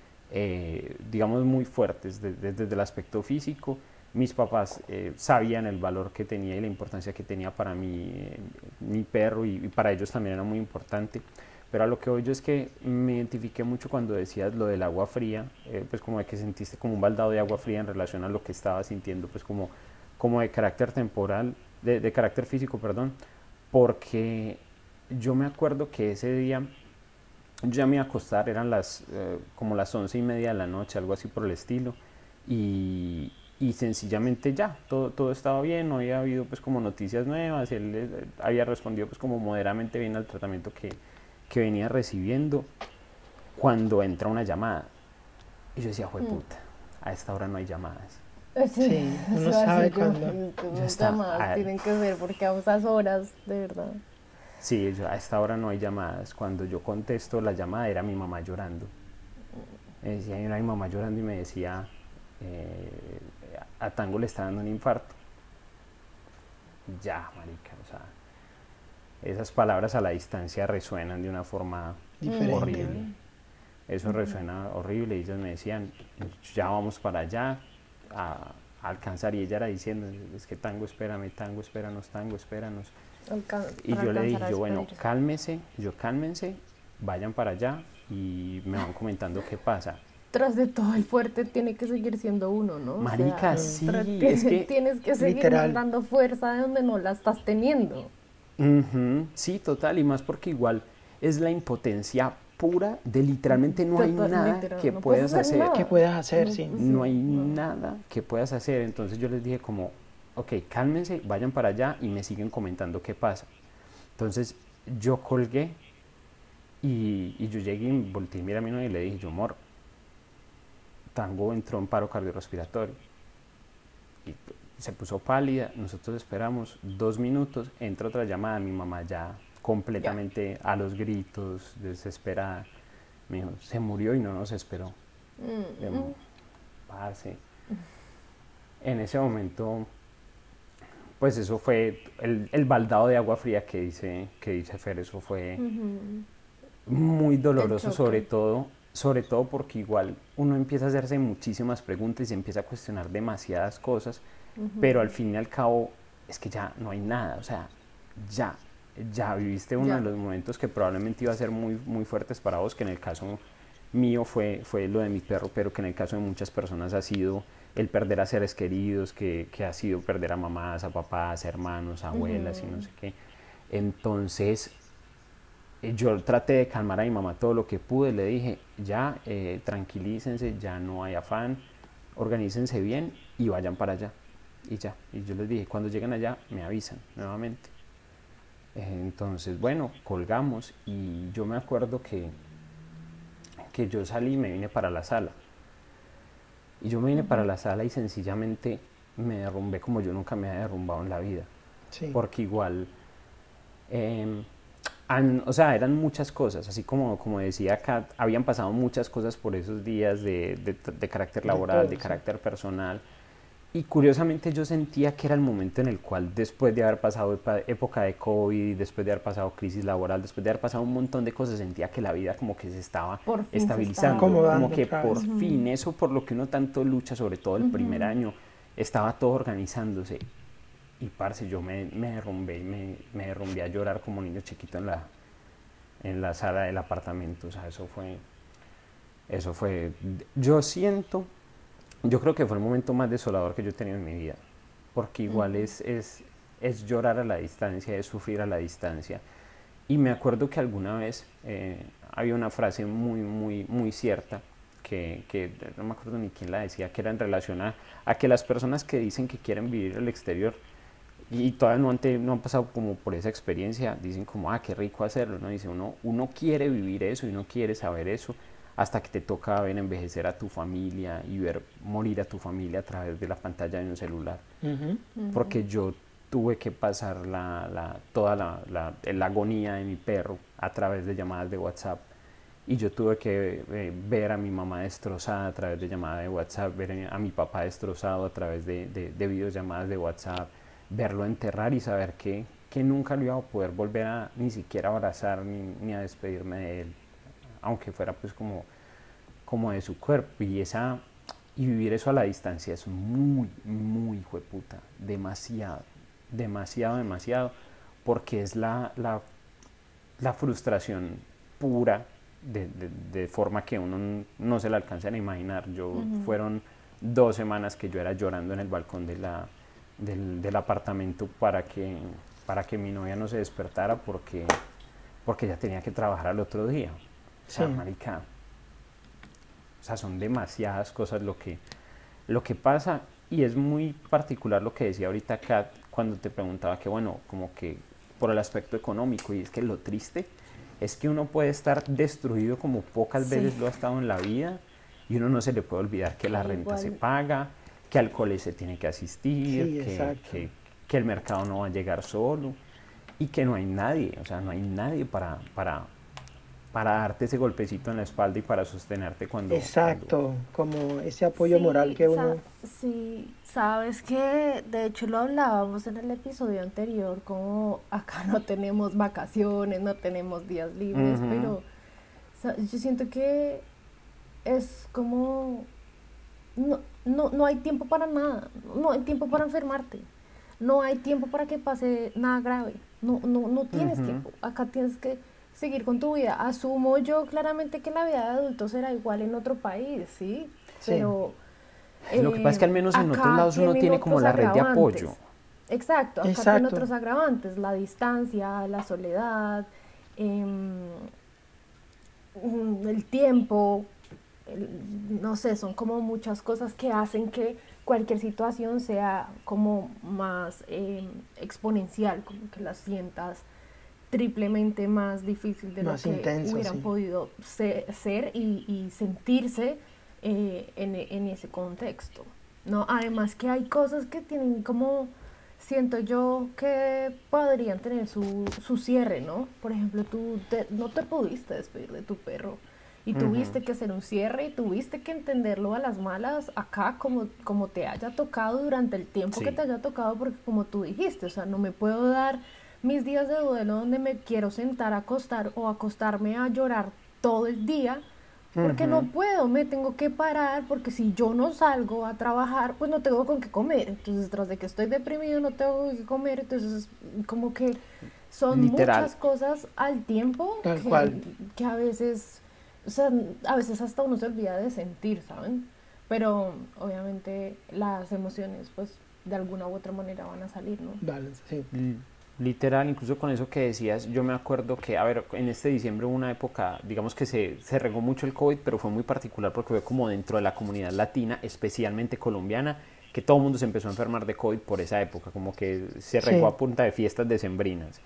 digamos, muy fuertes desde el aspecto físico. Mis papás sabían el valor que tenía y la importancia que tenía para mí mi perro y para ellos también era muy importante. Pero a lo que voy yo es que me identifiqué mucho cuando decías lo del agua fría, pues como de que sentiste como un baldado de agua fría en relación a lo que estaba sintiendo, pues como de carácter temporal, de carácter físico, perdón, porque yo me acuerdo que ese día yo ya me iba a acostar, eran como las 11:30 de la noche, algo así por el estilo, y sencillamente ya, todo estaba bien, no había habido pues como noticias nuevas, él había respondido pues como moderadamente bien al tratamiento que venía recibiendo, cuando entra una llamada. Y yo decía, jueputa, a esta hora no hay llamadas. Sí, uno sabe cuándo. Tus llamadas tienen que ser porque a esas horas, de verdad. Sí, a esta hora no hay llamadas. Cuando yo contesto la llamada era mi mamá llorando. Me decía, era mi mamá llorando y me decía, a Tango le está dando un infarto. Ya, marica, o sea, esas palabras a la distancia resuenan de una forma Diferente. horrible. Eso resuena horrible y ellos me decían, ya vamos para allá a alcanzar. Y ella era diciendo, es que Tango, espérame, Tango, espéranos, Tango, espéranos. Y yo le dije, bueno, cálmese, cálmense, vayan para allá y me van comentando qué pasa. Tras de todo el fuerte tiene que seguir siendo uno, ¿no? Marica, o sea, sí, es que tienes que seguir literal. mandando fuerza de donde no la estás teniendo. Sí, total, y más porque igual es la impotencia pura de literalmente no hay nada que no puedas hacer. nada. ¿Qué puedes hacer? Sí. No hay nada que puedas hacer. Entonces yo les dije como, ok, cálmense, vayan para allá y me siguen comentando qué pasa. Entonces yo colgué y yo llegué y volteé a mirar a mi novia y le dije, yo, amor, Tango entró en paro cardiorrespiratorio. Y se puso pálida, nosotros esperamos 2 minutos, entra otra llamada, mi mamá ya completamente a los gritos, desesperada. Me dijo, se murió y no nos esperó. Parce. En ese momento, pues eso fue el baldado de agua fría que dice Fer, eso fue muy doloroso, sobre todo porque igual uno empieza a hacerse muchísimas preguntas y se empieza a cuestionar demasiadas cosas, pero al fin y al cabo es que ya no hay nada, o sea, ya viviste uno de los momentos que probablemente iba a ser muy, muy fuertes para vos, que en el caso mío fue lo de mi perro, pero que en el caso de muchas personas ha sido el perder a seres queridos, que ha sido perder a mamás, a papás, a hermanos, a abuelas y no sé qué. Entonces yo traté de calmar a mi mamá todo lo que pude, le dije, ya, tranquilícense, ya no hay afán, organícense bien y vayan para allá. Y ya, y yo les dije, cuando lleguen allá me avisan nuevamente. Entonces, bueno, colgamos y yo me acuerdo que yo salí y me vine para la sala. Y yo me vine para la sala y sencillamente me derrumbé como yo nunca me había derrumbado en la vida. Sí. Porque igual, o sea, eran muchas cosas, así como decía Kat, habían pasado muchas cosas por esos días de carácter laboral, de carácter personal. Y curiosamente yo sentía que era el momento en el cual, después de haber pasado época de COVID, después de haber pasado crisis laboral, después de haber pasado un montón de cosas, sentía que la vida como que se estaba estabilizando, como que por fin, eso por lo que uno tanto lucha, sobre todo el primer año, estaba todo organizándose. Y parce, yo me derrumbé y me derrumbé a llorar como niño chiquito en la sala del apartamento. O sea, eso fue, yo creo que fue el momento más desolador que yo he tenido en mi vida, porque igual es llorar a la distancia, es sufrir a la distancia. Y me acuerdo que alguna vez había una frase muy, muy, muy cierta, que no me acuerdo ni quién la decía, que era en relación a que las personas que dicen que quieren vivir el exterior y todavía no han pasado como por esa experiencia, dicen como, qué rico hacerlo, ¿no? Dice uno quiere vivir eso y uno quiere saber eso, hasta que te toca ver envejecer a tu familia y ver morir a tu familia a través de la pantalla de un celular. Porque yo tuve que pasar toda la agonía de mi perro a través de llamadas de WhatsApp, y yo tuve que ver a mi mamá destrozada a través de llamadas de WhatsApp, ver a mi papá destrozado a través de videollamadas de WhatsApp, verlo enterrar y saber que nunca lo iba a poder volver a ni siquiera abrazar ni a despedirme de él, aunque fuera pues como de su cuerpo. Y vivir eso a la distancia es muy, muy hijueputa, demasiado, demasiado, demasiado, porque es la frustración pura, de forma que uno no se la alcanza a imaginar. Fueron 2 semanas que yo era llorando en el balcón del apartamento para que mi novia no se despertara porque ya tenía que trabajar al otro día. O sea, marica, o sea, son demasiadas cosas lo que pasa, y es muy particular lo que decía ahorita Kat cuando te preguntaba que, bueno, como que por el aspecto económico, y es que lo triste es que uno puede estar destruido como pocas veces lo ha estado en la vida, y uno no se le puede olvidar que la renta se paga, que al cole se tiene que asistir, que el mercado no va a llegar solo, y que no hay nadie, o sea, no hay nadie para darte ese golpecito en la espalda y para sostenerte cuando... Exacto, como ese apoyo moral que uno... Sí, sabes que de hecho lo hablábamos en el episodio anterior, como acá no tenemos vacaciones, no tenemos días libres, pero yo siento que es como... No hay tiempo para nada, no hay tiempo para enfermarte, no hay tiempo para que pase nada grave, no tienes tiempo, acá tienes que seguir con tu vida. Asumo yo claramente que la vida de adultos será igual en otro país, ¿sí? Pero lo que pasa es que al menos en otros lados uno tiene como la red de apoyo. Exacto, acá tiene otros agravantes, la distancia, la soledad, el tiempo, no sé, son como muchas cosas que hacen que cualquier situación sea como más exponencial, como que la sientas triplemente más difícil de más lo que intenso, hubieran podido ser y sentirse en ese contexto, ¿no? Además que hay cosas que tienen como, siento yo, que podrían tener su cierre, ¿no? Por ejemplo, tú no te pudiste despedir de tu perro y tuviste que hacer un cierre y tuviste que entenderlo a las malas acá como te haya tocado durante el tiempo que te haya tocado, porque como tú dijiste, o sea, no me puedo dar mis días de duelo donde me quiero sentar a acostar o acostarme a llorar todo el día, porque no puedo, me tengo que parar, porque si yo no salgo a trabajar, pues no tengo con qué comer. Entonces, tras de que estoy deprimido, no tengo con qué comer. Entonces, como que son muchas cosas al tiempo que a veces, o sea, a veces hasta uno se olvida de sentir, ¿saben? Pero obviamente las emociones, pues, de alguna u otra manera van a salir, ¿no? Vale, sí. Literal, incluso con eso que decías, yo me acuerdo que, a ver, en este diciembre hubo una época, digamos que se regó mucho el COVID, pero fue muy particular porque fue como dentro de la comunidad latina, especialmente colombiana, que todo el mundo se empezó a enfermar de COVID por esa época, como que se regó a punta de fiestas decembrinas.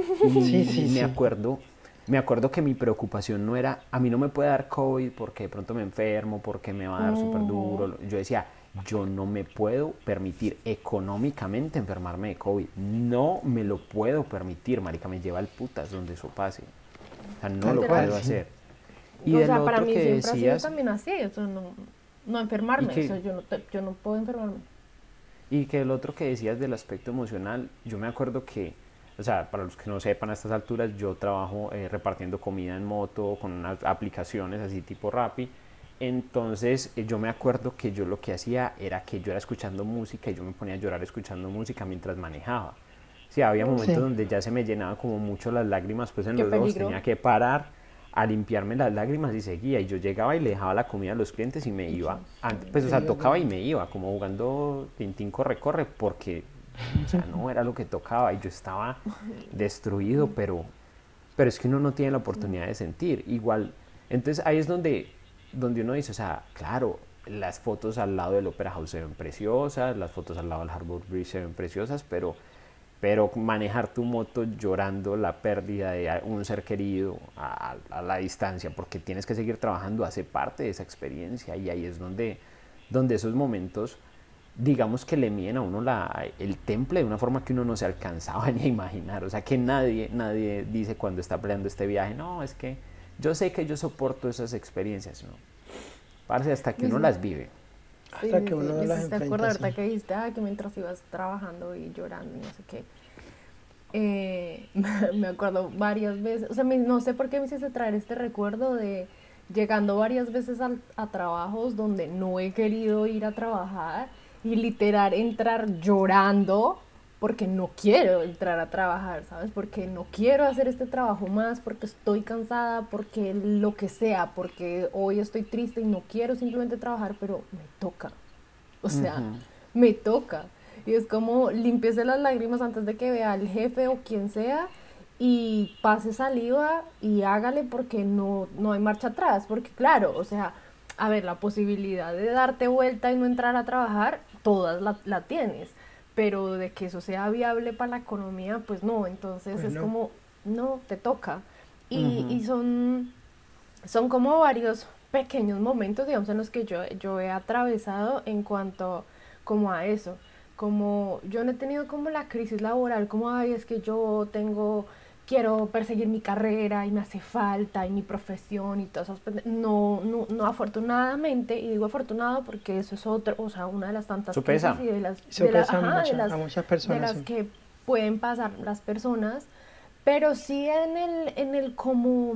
Y me acuerdo que mi preocupación no era, a mí no me puede dar COVID porque de pronto me enfermo, porque me va a dar súper duro. Yo decía, yo no me puedo permitir económicamente enfermarme de COVID. No me lo puedo permitir, marica, me lleva al putas donde eso pase. O sea, no lo puedo hacer. Y o sea, para mí siempre decías, ha sido también así, eso no enfermarme, que, eso yo no puedo enfermarme. Y que el otro que decías del aspecto emocional, yo me acuerdo que, o sea, para los que no sepan a estas alturas, yo trabajo repartiendo comida en moto con unas aplicaciones así tipo Rappi. Entonces yo me acuerdo que yo lo que hacía era que yo era escuchando música y yo me ponía a llorar escuchando música mientras manejaba. Sí, había momentos donde ya se me llenaban como mucho las lágrimas pues en los ojos, tenía que parar a limpiarme las lágrimas y seguía, y yo llegaba y le dejaba la comida a los clientes y me iba, pues o sea, tocaba y me iba, como jugando Tintín corre, porque o sea, no era lo que tocaba y yo estaba destruido, pero es que uno no tiene la oportunidad de sentir, igual, entonces ahí es donde uno dice, o sea, claro, las fotos al lado del Opera House se ven preciosas, las fotos al lado del Harbour Bridge se ven preciosas, pero manejar tu moto llorando la pérdida de un ser querido a la distancia, porque tienes que seguir trabajando, hace parte de esa experiencia, y ahí es donde esos momentos, digamos que le miden a uno el temple de una forma que uno no se alcanzaba ni a imaginar. O sea, que nadie dice cuando está planeando este viaje, no, es que yo sé que yo soporto esas experiencias, ¿no? Parce, hasta que uno las vive. Hasta que uno las enfrenta. ¿Te acuerdas ahorita que dijiste que mientras ibas trabajando y llorando y no sé qué? Me acuerdo varias veces, o sea, no sé por qué me hiciste traer este recuerdo de llegando varias veces a trabajos donde no he querido ir a trabajar y literal entrar llorando porque no quiero entrar a trabajar, ¿sabes? Porque no quiero hacer este trabajo más, porque estoy cansada, porque lo que sea, porque hoy estoy triste y no quiero simplemente trabajar, pero me toca. O sea, me toca. Y es como límpiese las lágrimas antes de que vea al jefe o quien sea y pase saliva y hágale porque no hay marcha atrás. Porque claro, o sea, a ver, la posibilidad de darte vuelta y no entrar a trabajar, todas la tienes. Pero de que eso sea viable para la economía, pues no. Entonces Pues es no. como, no, te toca. Y son como varios pequeños momentos, digamos, en los que yo he atravesado en cuanto como a eso. Como yo no he tenido como la crisis laboral, como, ay, es que quiero perseguir mi carrera y me hace falta y mi profesión y todas esas no, afortunadamente, y digo afortunado porque eso es otro, o sea, una de las tantas Eso crisis pesa. y Eso pesa mucho, a muchas de personas, las sí. que pueden pasar las personas, pero sí en el como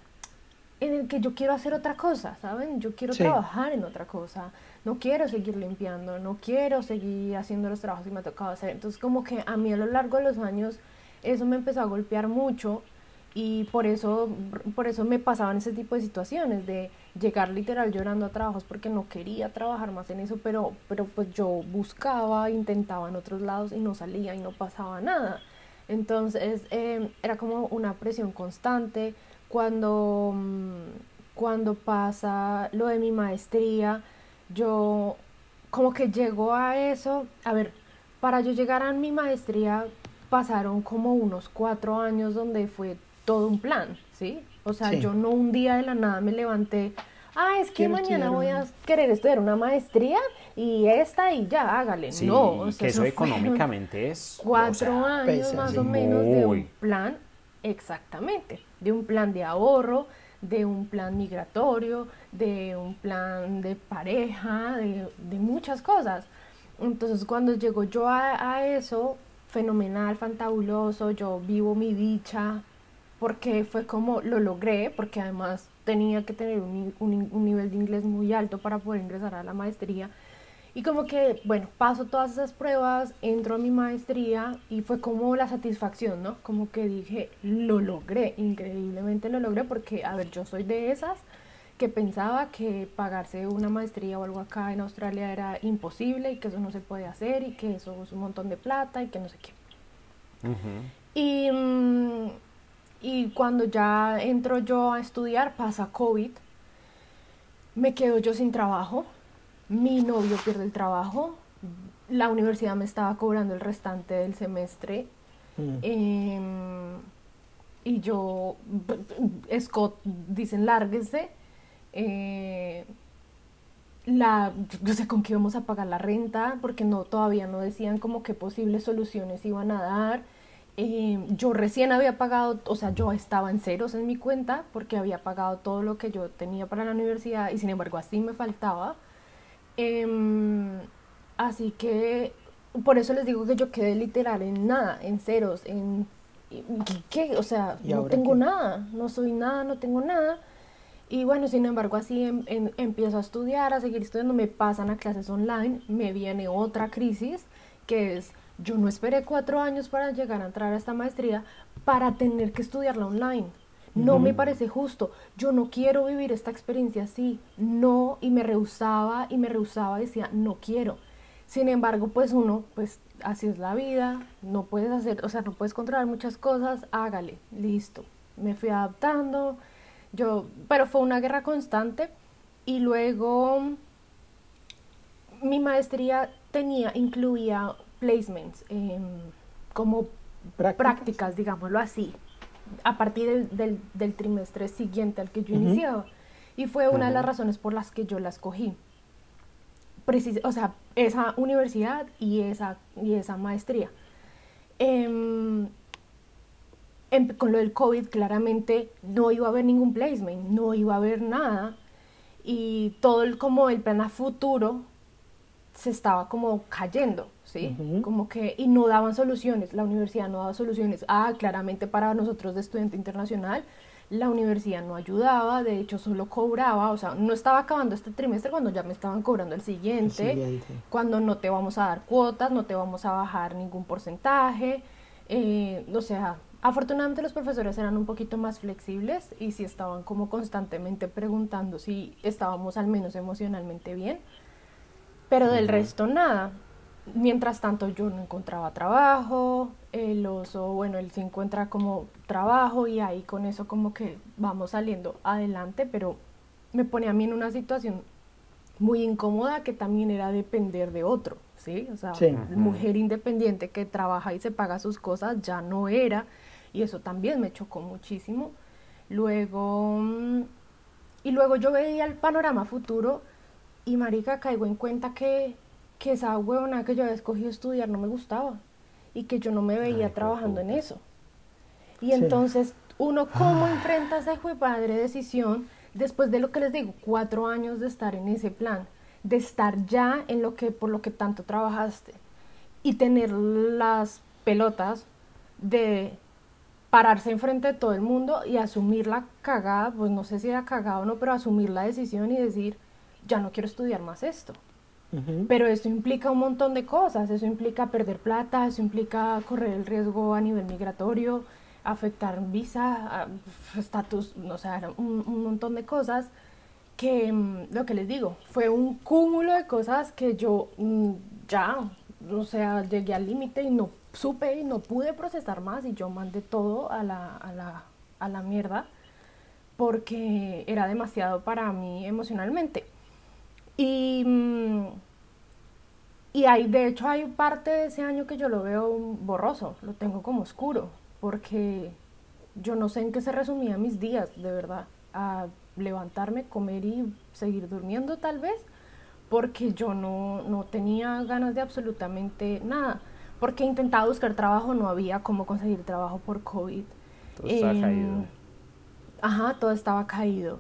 en el que yo quiero hacer otra cosa, ¿saben? Yo quiero Sí, trabajar en otra cosa, no quiero seguir limpiando, no quiero seguir haciendo los trabajos que me ha tocado hacer. Entonces como que a mí a lo largo de los años eso me empezó a golpear mucho y por eso me pasaban ese tipo de situaciones de llegar literal llorando a trabajos porque no quería trabajar más en eso, pero pues yo buscaba, intentaba en otros lados y no salía y no pasaba nada. Entonces era como una presión constante. Cuando, cuando pasa lo de mi maestría, yo como que llego a eso, a ver, para yo llegar a mi maestría pasaron como unos 4 años donde fue todo un plan, ¿sí? O sea, sí. yo no un día de la nada me levanté, ah, es que Quiero mañana estudiar voy una... a querer estudiar una maestría y esta y ya, hágale. No, o Sí, sea, que eso eso fueron económicamente es, o 4 años Pesa, más o sí. menos de un muy. plan, exactamente, de un plan de ahorro, de un plan migratorio, de un plan de pareja, de muchas cosas. Entonces cuando llego yo a eso, fenomenal, fantabuloso, yo vivo mi dicha, porque fue como lo logré, porque además tenía que tener un nivel de inglés muy alto para poder ingresar a la maestría. Y como que, bueno, paso todas esas pruebas, entro a mi maestría y fue como la satisfacción, ¿no? Como que dije, lo logré, increíblemente lo logré, porque, a ver, yo soy de esas que pensaba que pagarse una maestría o algo acá en Australia era imposible y que eso no se puede hacer y que eso es un montón de plata y que no sé qué. Y, y cuando ya entro yo a estudiar, pasa COVID, me quedo yo sin trabajo, mi novio pierde el trabajo, la universidad me estaba cobrando el restante del semestre Mm. eh, y Scott, dicen lárguese, eh, yo sé con qué íbamos a pagar la renta, porque todavía no decían como qué posibles soluciones iban a dar. Yo recién había pagado, o sea, yo estaba en ceros en mi cuenta porque había pagado todo lo que yo tenía para la universidad y sin embargo así me faltaba. Em, Así que por eso les digo que yo quedé literal en nada, en ceros, ¿qué? O sea, ¿Y no ahora tengo qué? nada, no soy nada, no tengo nada. Y bueno, sin embargo, así empiezo a estudiar, a seguir estudiando, me pasan a clases online, me viene otra crisis, que es, yo no esperé 4 años para llegar a entrar a esta maestría para tener que estudiarla online. No me Ujú. parece justo, yo no quiero vivir esta experiencia así, no, y me rehusaba, decía, no quiero. Sin embargo, pues uno, pues así es la vida, no puedes hacer, o sea, no puedes controlar muchas cosas, hágale, listo. Me fui adaptando, pero fue una guerra constante y luego mi maestría incluía placements, como Prácticas. prácticas, digámoslo así, a partir del trimestre siguiente al que yo Ujú. iniciaba. Y fue una de las razones por las que yo la escogí. O sea, esa universidad y esa maestría. Em, con lo del COVID claramente no iba a haber ningún placement, no iba a haber nada y todo como el plan a futuro se estaba como cayendo, ¿sí? Ujú. Como que, y no daban soluciones, la universidad no daba soluciones. Ah, claramente para nosotros de estudiante internacional, la universidad no ayudaba, de hecho solo cobraba, o sea, no estaba acabando este trimestre cuando ya me estaban cobrando el siguiente, cuando no te vamos a dar cuotas, no te vamos a bajar ningún porcentaje, o sea, afortunadamente los profesores eran un poquito más flexibles y sí estaban como constantemente preguntando si estábamos al menos emocionalmente bien, pero del resto nada. Mientras tanto yo no encontraba trabajo, el oso, bueno, él sí encuentra como trabajo y ahí con eso como que vamos saliendo adelante, pero me pone a mí en una situación muy incómoda que también era depender de otro, ¿sí? O sea, mujer independiente que trabaja y se paga sus cosas ya no era, y eso también me chocó muchísimo. Luego, y luego yo veía el panorama futuro y marica, caigo en cuenta que esa huevona que yo había escogido estudiar no me gustaba y que yo no me veía trabajando en eso. Y entonces, uno cómo enfrenta esa hijo de padre decisión después de lo que les digo, 4 años de estar en ese plan, de estar ya en lo que, por lo que tanto trabajaste y tener las pelotas de pararse enfrente de todo el mundo y asumir la cagada, pues no sé si era cagada o no, pero asumir la decisión y decir, ya no quiero estudiar más esto. Pero eso implica un montón de cosas, eso implica perder plata, eso implica correr el riesgo a nivel migratorio, afectar visa, estatus, o sea, un montón de cosas que, lo que les digo, fue un cúmulo de cosas que yo ya, o sea, llegué al límite y no supe y no pude procesar más y yo mandé todo a la mierda porque era demasiado para mí emocionalmente. Y hay, de hecho hay parte de ese año que yo lo veo borroso, lo tengo como oscuro, porque yo no sé en qué se resumían mis días, de verdad, a levantarme, comer y seguir durmiendo tal vez, porque yo no tenía ganas de absolutamente nada, porque intentaba buscar trabajo, no había cómo conseguir trabajo por COVID. Todo estaba caído. Ajá, todo estaba caído.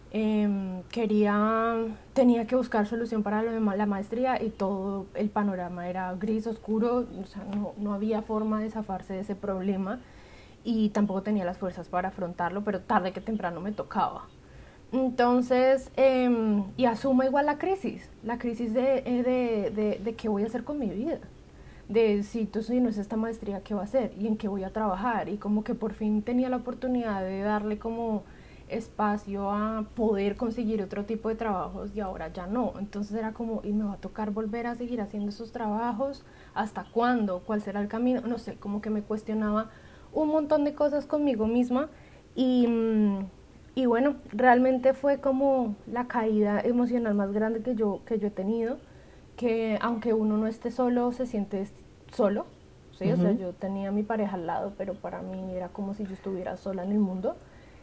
Tenía que buscar solución para lo de la maestría y todo el panorama era gris, oscuro, o sea, no había forma de zafarse de ese problema y tampoco tenía las fuerzas para afrontarlo, pero tarde que temprano me tocaba. Entonces, y asumo igual la crisis de qué voy a hacer con mi vida, de si no es esta maestría, qué va a hacer y en qué voy a trabajar, y como que por fin tenía la oportunidad de darle como espacio a poder conseguir otro tipo de trabajos y ahora ya no, entonces era como, y me va a tocar volver a seguir haciendo esos trabajos, ¿hasta cuándo? ¿Cuál será el camino? No sé, como que me cuestionaba un montón de cosas conmigo misma y bueno, realmente fue como la caída emocional más grande que yo he tenido, que aunque uno no esté solo, se siente solo, ¿sí? O sea, yo tenía a mi pareja al lado, pero para mí era como si yo estuviera sola en el mundo.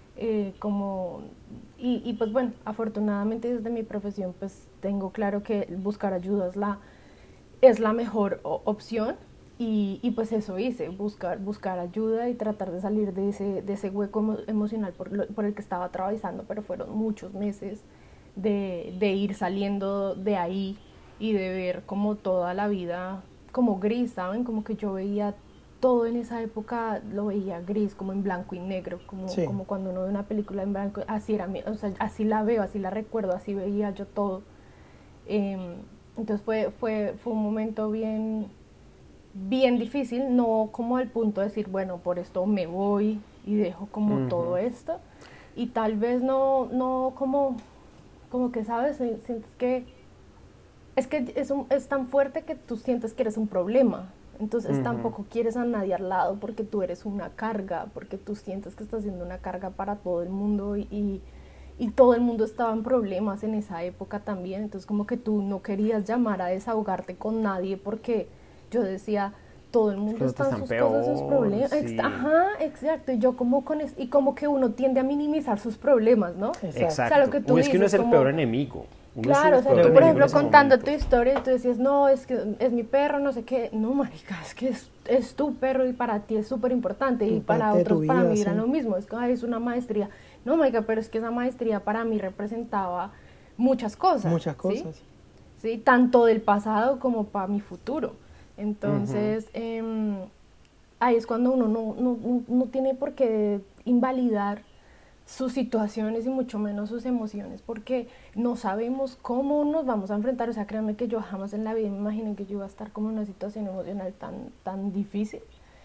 Y pues bueno, afortunadamente desde mi profesión pues tengo claro que buscar ayuda es la mejor opción y pues eso hice, buscar ayuda y tratar de salir de ese hueco emocional por el que estaba atravesando, pero fueron muchos meses de ir saliendo de ahí y de ver como toda la vida como gris, ¿saben? Como que yo veía todo en esa época, lo veía gris, como en blanco y negro, como cuando uno ve una película en blanco, así era, o sea, así la veo, así la recuerdo, así veía yo todo. Entonces fue un momento bien, bien difícil, no como al punto de decir, bueno, por esto me voy y dejo como todo esto, y tal vez no como que, ¿sabes? Sientes que es tan fuerte que tú sientes que eres un problema. Entonces tampoco quieres a nadie al lado porque tú eres una carga, porque tú sientes que estás siendo una carga para todo el mundo y todo el mundo estaba en problemas en esa época también. Entonces como que tú no querías llamar a desahogarte con nadie porque yo decía, todo el mundo está en sus cosas, sus problemas. Sí. Ajá, exacto. Y yo como y como que uno tiende a minimizar sus problemas, ¿no? Exacto. O sea, lo que tú es que uno es el peor enemigo. Claro, o sea, tú por ejemplo contando tu historia y tú decías, no, es que es mi perro, no sé qué, no marica, es que es tu perro y para ti es súper importante y para otros, para mí era lo mismo, es que es una maestría, no marica, pero es que esa maestría para mí representaba muchas cosas. Muchas cosas. ¿Sí? ¿Sí? Tanto del pasado como para mi futuro, entonces ahí es cuando uno no tiene por qué invalidar sus situaciones y mucho menos sus emociones, porque no sabemos cómo nos vamos a enfrentar. O sea, créanme que yo jamás en la vida me imaginé que yo iba a estar como en una situación emocional tan difícil.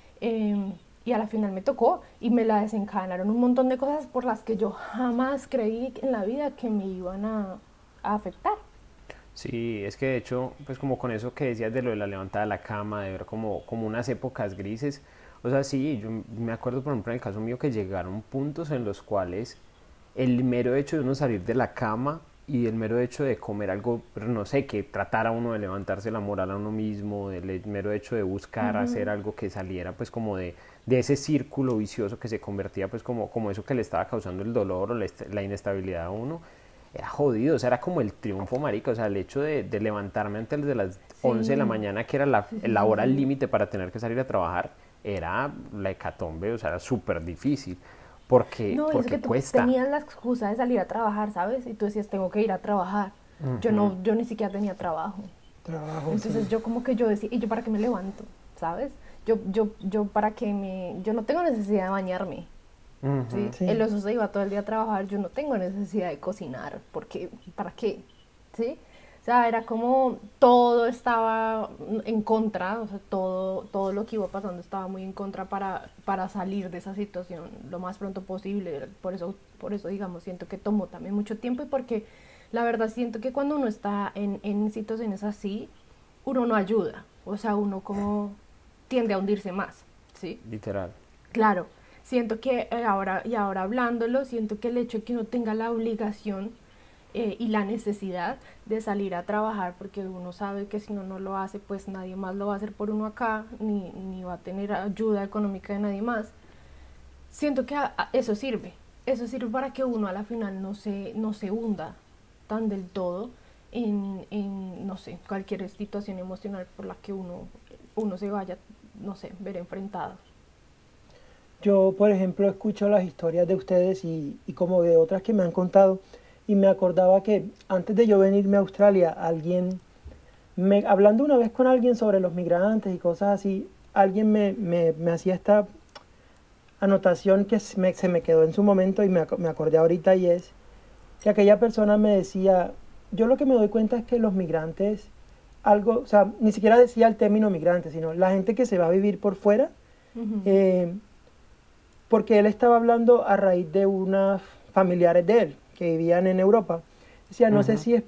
Y a la final me tocó y me la desencadenaron un montón de cosas por las que yo jamás creí en la vida que me iban a afectar. Sí, es que de hecho, pues como con eso que decías de lo de la levantada de la cama, de ver como unas épocas grises, o sea, sí, yo me acuerdo por ejemplo en el caso mío que llegaron puntos en los cuales el mero hecho de uno salir de la cama y el mero hecho de comer algo, no sé, que tratara uno de levantarse la moral a uno mismo, el mero hecho de buscar hacer algo que saliera pues como de ese círculo vicioso que se convertía pues como eso que le estaba causando el dolor o la inestabilidad a uno, era jodido. O sea, era como el triunfo, marica. O sea, el hecho de levantarme antes de las 11 de la Sí, mañana, que era la, sí, sí, la sí, hora sí. límite para tener que salir a trabajar, era la hecatombe. O sea, era súper difícil, porque, No, y es que porque tú cuesta. tenías la excusa de salir a trabajar, ¿sabes? Y tú decías, tengo que ir a trabajar. Yo no, yo ni siquiera tenía trabajo. Trabajo, Entonces sí. yo como que yo decía, ¿y yo para qué me levanto? ¿Sabes? Yo para qué yo no tengo necesidad de bañarme, ¿sí? Ujú. El Sí. oso se iba todo el día a trabajar, yo no tengo necesidad de cocinar, porque, ¿para qué? ¿Sí? O sea, era como todo estaba en contra, o sea, todo lo que iba pasando estaba muy en contra para salir de esa situación lo más pronto posible. Por eso, digamos, siento que tomó también mucho tiempo y porque la verdad siento que cuando uno está en situaciones así, uno no ayuda, o sea, uno como tiende a hundirse más, ¿sí? Literal. Claro, siento que ahora hablándolo, siento que el hecho de que uno tenga la obligación y la necesidad de salir a trabajar, porque uno sabe que si uno no lo hace, pues nadie más lo va a hacer por uno acá, ni va a tener ayuda económica de nadie más. Siento que eso sirve para que uno a la final no se hunda tan del todo no sé, cualquier situación emocional por la que uno se vaya, no sé, ver enfrentado. Yo, por ejemplo, escucho las historias de ustedes y como de otras que me han contado y me acordaba que antes de yo venirme a Australia, hablando una vez con alguien sobre los migrantes y cosas así, alguien me hacía esta anotación que se me quedó en su momento y me acordé ahorita y es que aquella persona me decía, yo lo que me doy cuenta es que los migrantes, algo, o sea, ni siquiera decía el término migrante, sino la gente que se va a vivir por fuera, Ujú, eh, porque él estaba hablando a raíz de unas familiares de él que vivían en Europa. Decía, no sé Ujú. si es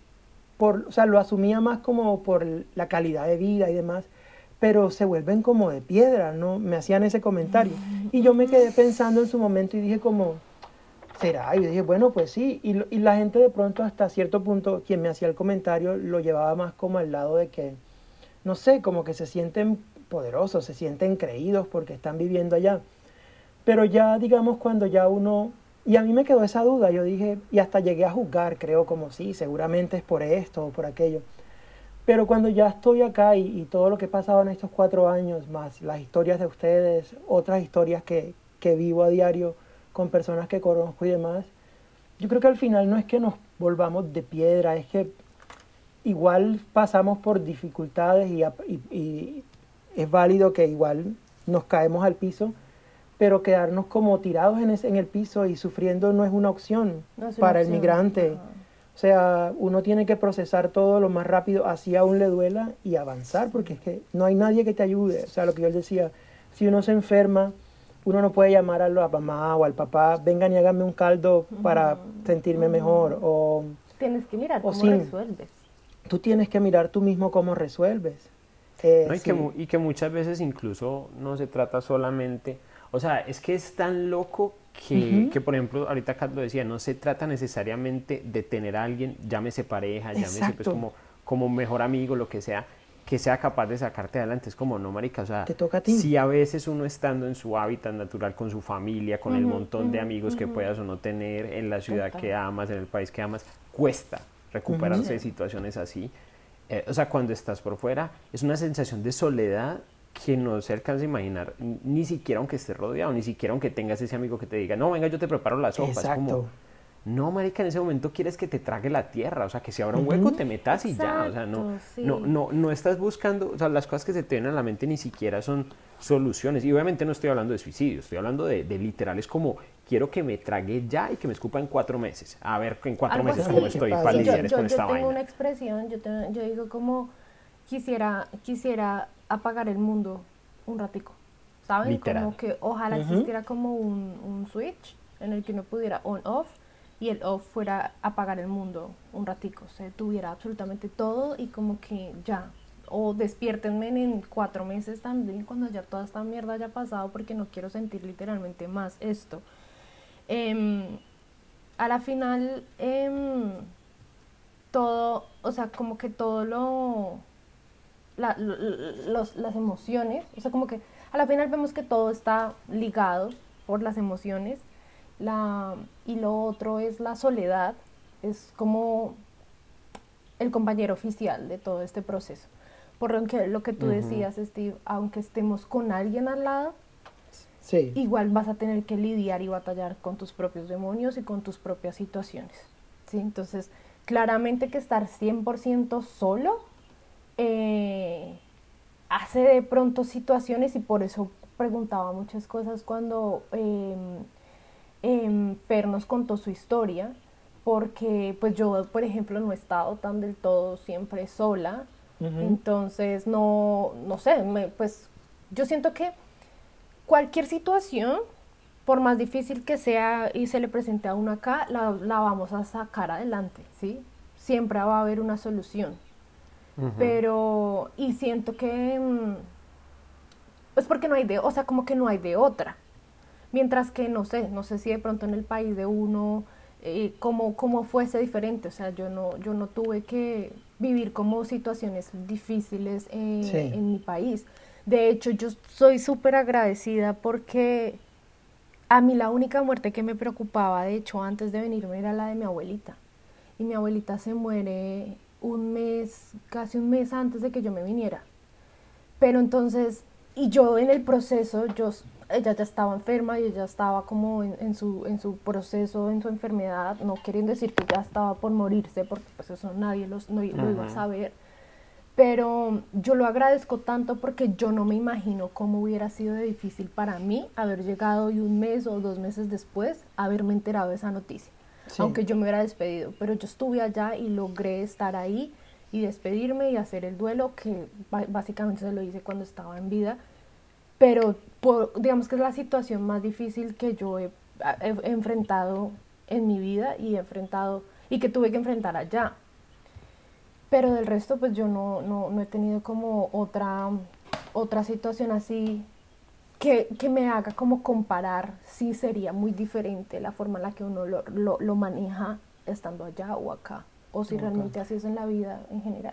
o sea, lo asumía más como por la calidad de vida y demás, pero se vuelven como de piedra, ¿no? Me hacían ese comentario. Y yo me quedé pensando en su momento y dije como, ¿será? Y yo dije, bueno, pues sí. Y la gente de pronto hasta cierto punto, quien me hacía el comentario, lo llevaba más como al lado de que, no sé, como que se sienten poderosos, se sienten creídos porque están viviendo allá. Pero ya, digamos, cuando ya uno... Y a mí me quedó esa duda, yo dije, y hasta llegué a juzgar, creo, como sí, seguramente es por esto o por aquello. Pero cuando ya estoy acá y todo lo que he pasado en estos 4 años, más las historias de ustedes, otras historias que vivo a diario con personas que conozco y demás, yo creo que al final no es que nos volvamos de piedra, es que igual pasamos por dificultades y es válido que igual nos caemos al piso, pero quedarnos como tirados en el piso y sufriendo no es una opción no es una para el opción. migrante. Ajá. O sea, uno tiene que procesar todo lo más rápido, así aún le duela, y avanzar, porque es que no hay nadie que te ayude. O sea, lo que yo les decía, si uno se enferma, uno no puede llamar a la mamá o al papá, vengan y háganme un caldo para Ujú, sentirme mejor. ujú. Tienes que mirar O cómo sin, resuelves. tú tienes que mirar tú mismo cómo resuelves. ¿No? Sí. Y que muchas veces incluso no se trata solamente, o sea, es que es tan loco Ujú. que por ejemplo, ahorita Kat lo decía, no se trata necesariamente de tener a alguien, llámese pareja, llámese pues Exacto. como mejor amigo, lo que sea capaz de sacarte adelante. Es como, no, marica, o sea, Te toca a ti. si a veces uno estando en su hábitat natural, con su familia, con el Ujú, montón de ujú, amigos que ujú. puedas o no tener, en la ciudad Total. que amas, en el país que amas, cuesta Ujú. recuperarse de Sí. situaciones así. O sea, cuando estás por fuera, es una sensación de soledad que no se alcanza a imaginar, ni siquiera aunque estés rodeado, ni siquiera aunque tengas ese amigo que te diga, no, venga, yo te preparo la sopa. Es como, Exacto. No, marica, en ese momento quieres que te trague la tierra, o sea, que si abra un hueco te metas y ya, o sea, Exacto, sí. no estás buscando, o sea, las cosas que se te vienen a la mente ni siquiera son soluciones. Y obviamente no estoy hablando de suicidio, estoy hablando de literales como quiero que me trague ya y que me escupa en 4 meses. A ver, en 4 meses Algo cómo así. estoy Sí, para Sí, lidiar con esta tengo vaina. una expresión, yo digo como quisiera apagar el mundo un ratico, ¿saben? Literal. Como que ojalá existiera como un switch en el que uno pudiera on-off y el off fuera apagar el mundo un ratico, se tuviera absolutamente todo y como que ya, o despiértenme en 4 meses también cuando ya toda esta mierda haya pasado porque no quiero sentir literalmente más esto. Em, a la final, todo, o sea, como que todo las emociones, o sea, como que a la final vemos que todo está ligado por las emociones, y lo otro es la soledad, es como el compañero oficial de todo este proceso. Por lo que tú decías, Steve, aunque estemos con alguien al lado, Sí, igual vas a tener que lidiar y batallar con tus propios demonios y con tus propias situaciones, ¿sí? Entonces, claramente que estar 100% solo hace de pronto situaciones, y por eso preguntaba muchas cosas cuando Fer nos contó su historia, porque pues yo, por ejemplo, no he estado tan del todo siempre sola, entonces no sé, pues yo siento que cualquier situación, por más difícil que sea y se le presente a uno acá, la vamos a sacar adelante, ¿sí? Siempre va a haber una solución. Pero, y siento que, es porque no hay de, o sea, como que no hay de otra. Mientras que, no sé si de pronto en el país de uno, cómo fuese diferente, o sea, yo no tuve que vivir como situaciones difíciles sí. en mi país. De hecho, yo soy súper agradecida porque a mí la única muerte que me preocupaba, de hecho, antes de venirme era la de mi abuelita. Y mi abuelita se muere un mes, casi un mes antes de que yo me viniera. Pero entonces, y yo en el proceso, ella ya estaba enferma y ella estaba como en su proceso, en su enfermedad, no queriendo decir que ya estaba por morirse, porque pues eso nadie lo iba a saber. Pero yo lo agradezco tanto porque yo no me imagino cómo hubiera sido de difícil para mí haber llegado y un mes o 2 meses después haberme enterado de esa noticia. Sí. Aunque yo me hubiera despedido, pero yo estuve allá y logré estar ahí y despedirme y hacer el duelo, que básicamente se lo hice cuando estaba en vida. Pero digamos que es la situación más difícil que yo he enfrentado en mi vida y que tuve que enfrentar allá. Pero del resto, pues yo no he tenido como otra situación así que me haga como comparar si sería muy diferente la forma en la que uno lo maneja estando allá o acá, o si realmente así es en la vida en general.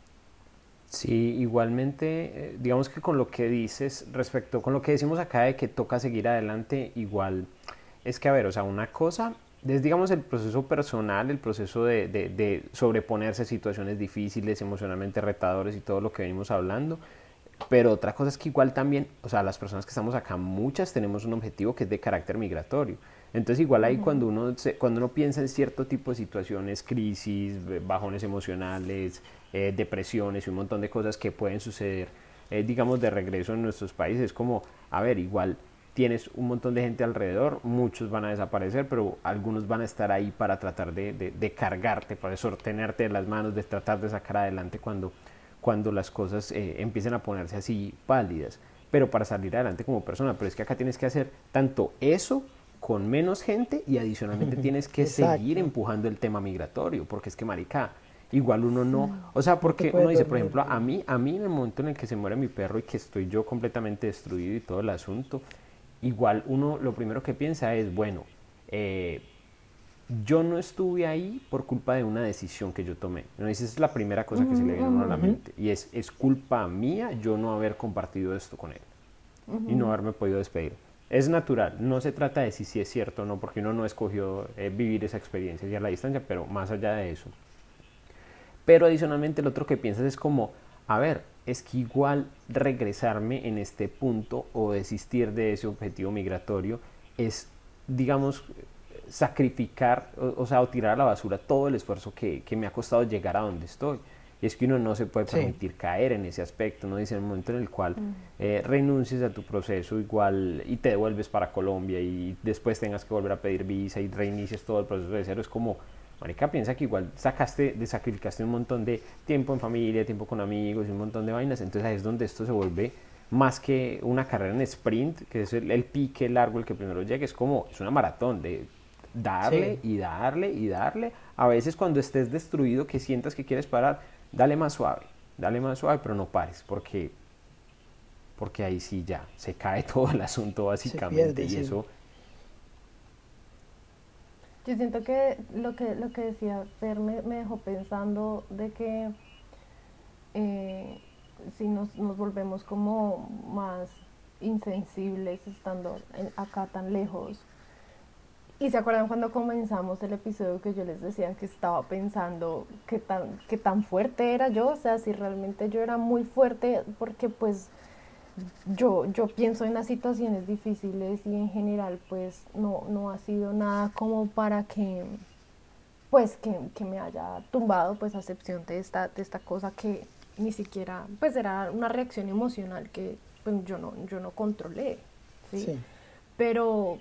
Sí, igualmente, digamos que con lo que dices respecto, con lo que decimos acá de que toca seguir adelante, igual es que, a ver, o sea, una cosa es, digamos, el proceso personal, el proceso de sobreponerse a situaciones difíciles, emocionalmente retadores y todo lo que venimos hablando, pero otra cosa es que igual también, o sea, las personas que estamos acá, muchas tenemos un objetivo que es de carácter migratorio. Entonces igual ahí cuando uno piensa en cierto tipo de situaciones, crisis, bajones emocionales, depresiones y un montón de cosas que pueden suceder, digamos, de regreso en nuestros países, es como, a ver, igual tienes un montón de gente alrededor, muchos van a desaparecer, pero algunos van a estar ahí para tratar de cargarte, para sostenerte de las manos, de tratar de sacar adelante cuando las cosas empiecen a ponerse así pálidas, pero para salir adelante como persona. Pero es que acá tienes que hacer tanto eso con menos gente y adicionalmente tienes que seguir empujando el tema migratorio, porque es que, marica, igual uno no, o sea, porque uno dice, por ejemplo, a mí en el momento en el que se muere mi perro y que estoy yo completamente destruido y todo el asunto, igual uno lo primero que piensa es, bueno, yo no estuve ahí por culpa de una decisión que yo tomé. ¿No? Esa es la primera cosa que se le viene a uno a la mente. Y es culpa mía yo no haber compartido esto con él y no haberme podido despedir. Es natural, no se trata de si es cierto o no, porque uno no escogió vivir esa experiencia y a la distancia, pero más allá de eso. Pero adicionalmente el otro que piensas es como, a ver, es que igual regresarme en este punto o desistir de ese objetivo migratorio es, digamos, sacrificar, o sea, o tirar a la basura todo el esfuerzo que me ha costado llegar a donde estoy. Y es que uno no se puede permitir caer en ese aspecto, ¿no? Dice, en el momento en el cual renuncies a tu proceso igual y te devuelves para Colombia y después tengas que volver a pedir visa y reinicies todo el proceso de cero, es como, marica, piensa que igual sacrificaste un montón de tiempo en familia, tiempo con amigos y un montón de vainas, entonces ahí es donde esto se vuelve más que una carrera en sprint, que es el pique largo, el que primero llegue, es como, es una maratón de darle y darle y darle. A veces cuando estés destruido, que sientas que quieres parar, dale más suave, pero no pares, porque ahí sí ya se cae todo el asunto básicamente. Pierde, y eso... Yo siento que lo que decía Fer me dejó pensando de que si nos volvemos como más insensibles estando acá tan lejos. Y se acuerdan cuando comenzamos el episodio que yo les decía que estaba pensando qué tan fuerte era yo, o sea, si realmente yo era muy fuerte, porque pues yo pienso en las situaciones difíciles y en general pues no ha sido nada como para que pues que me haya tumbado, pues a excepción de esta cosa que ni siquiera pues era una reacción emocional que pues yo no controlé, ¿sí? Sí. Pero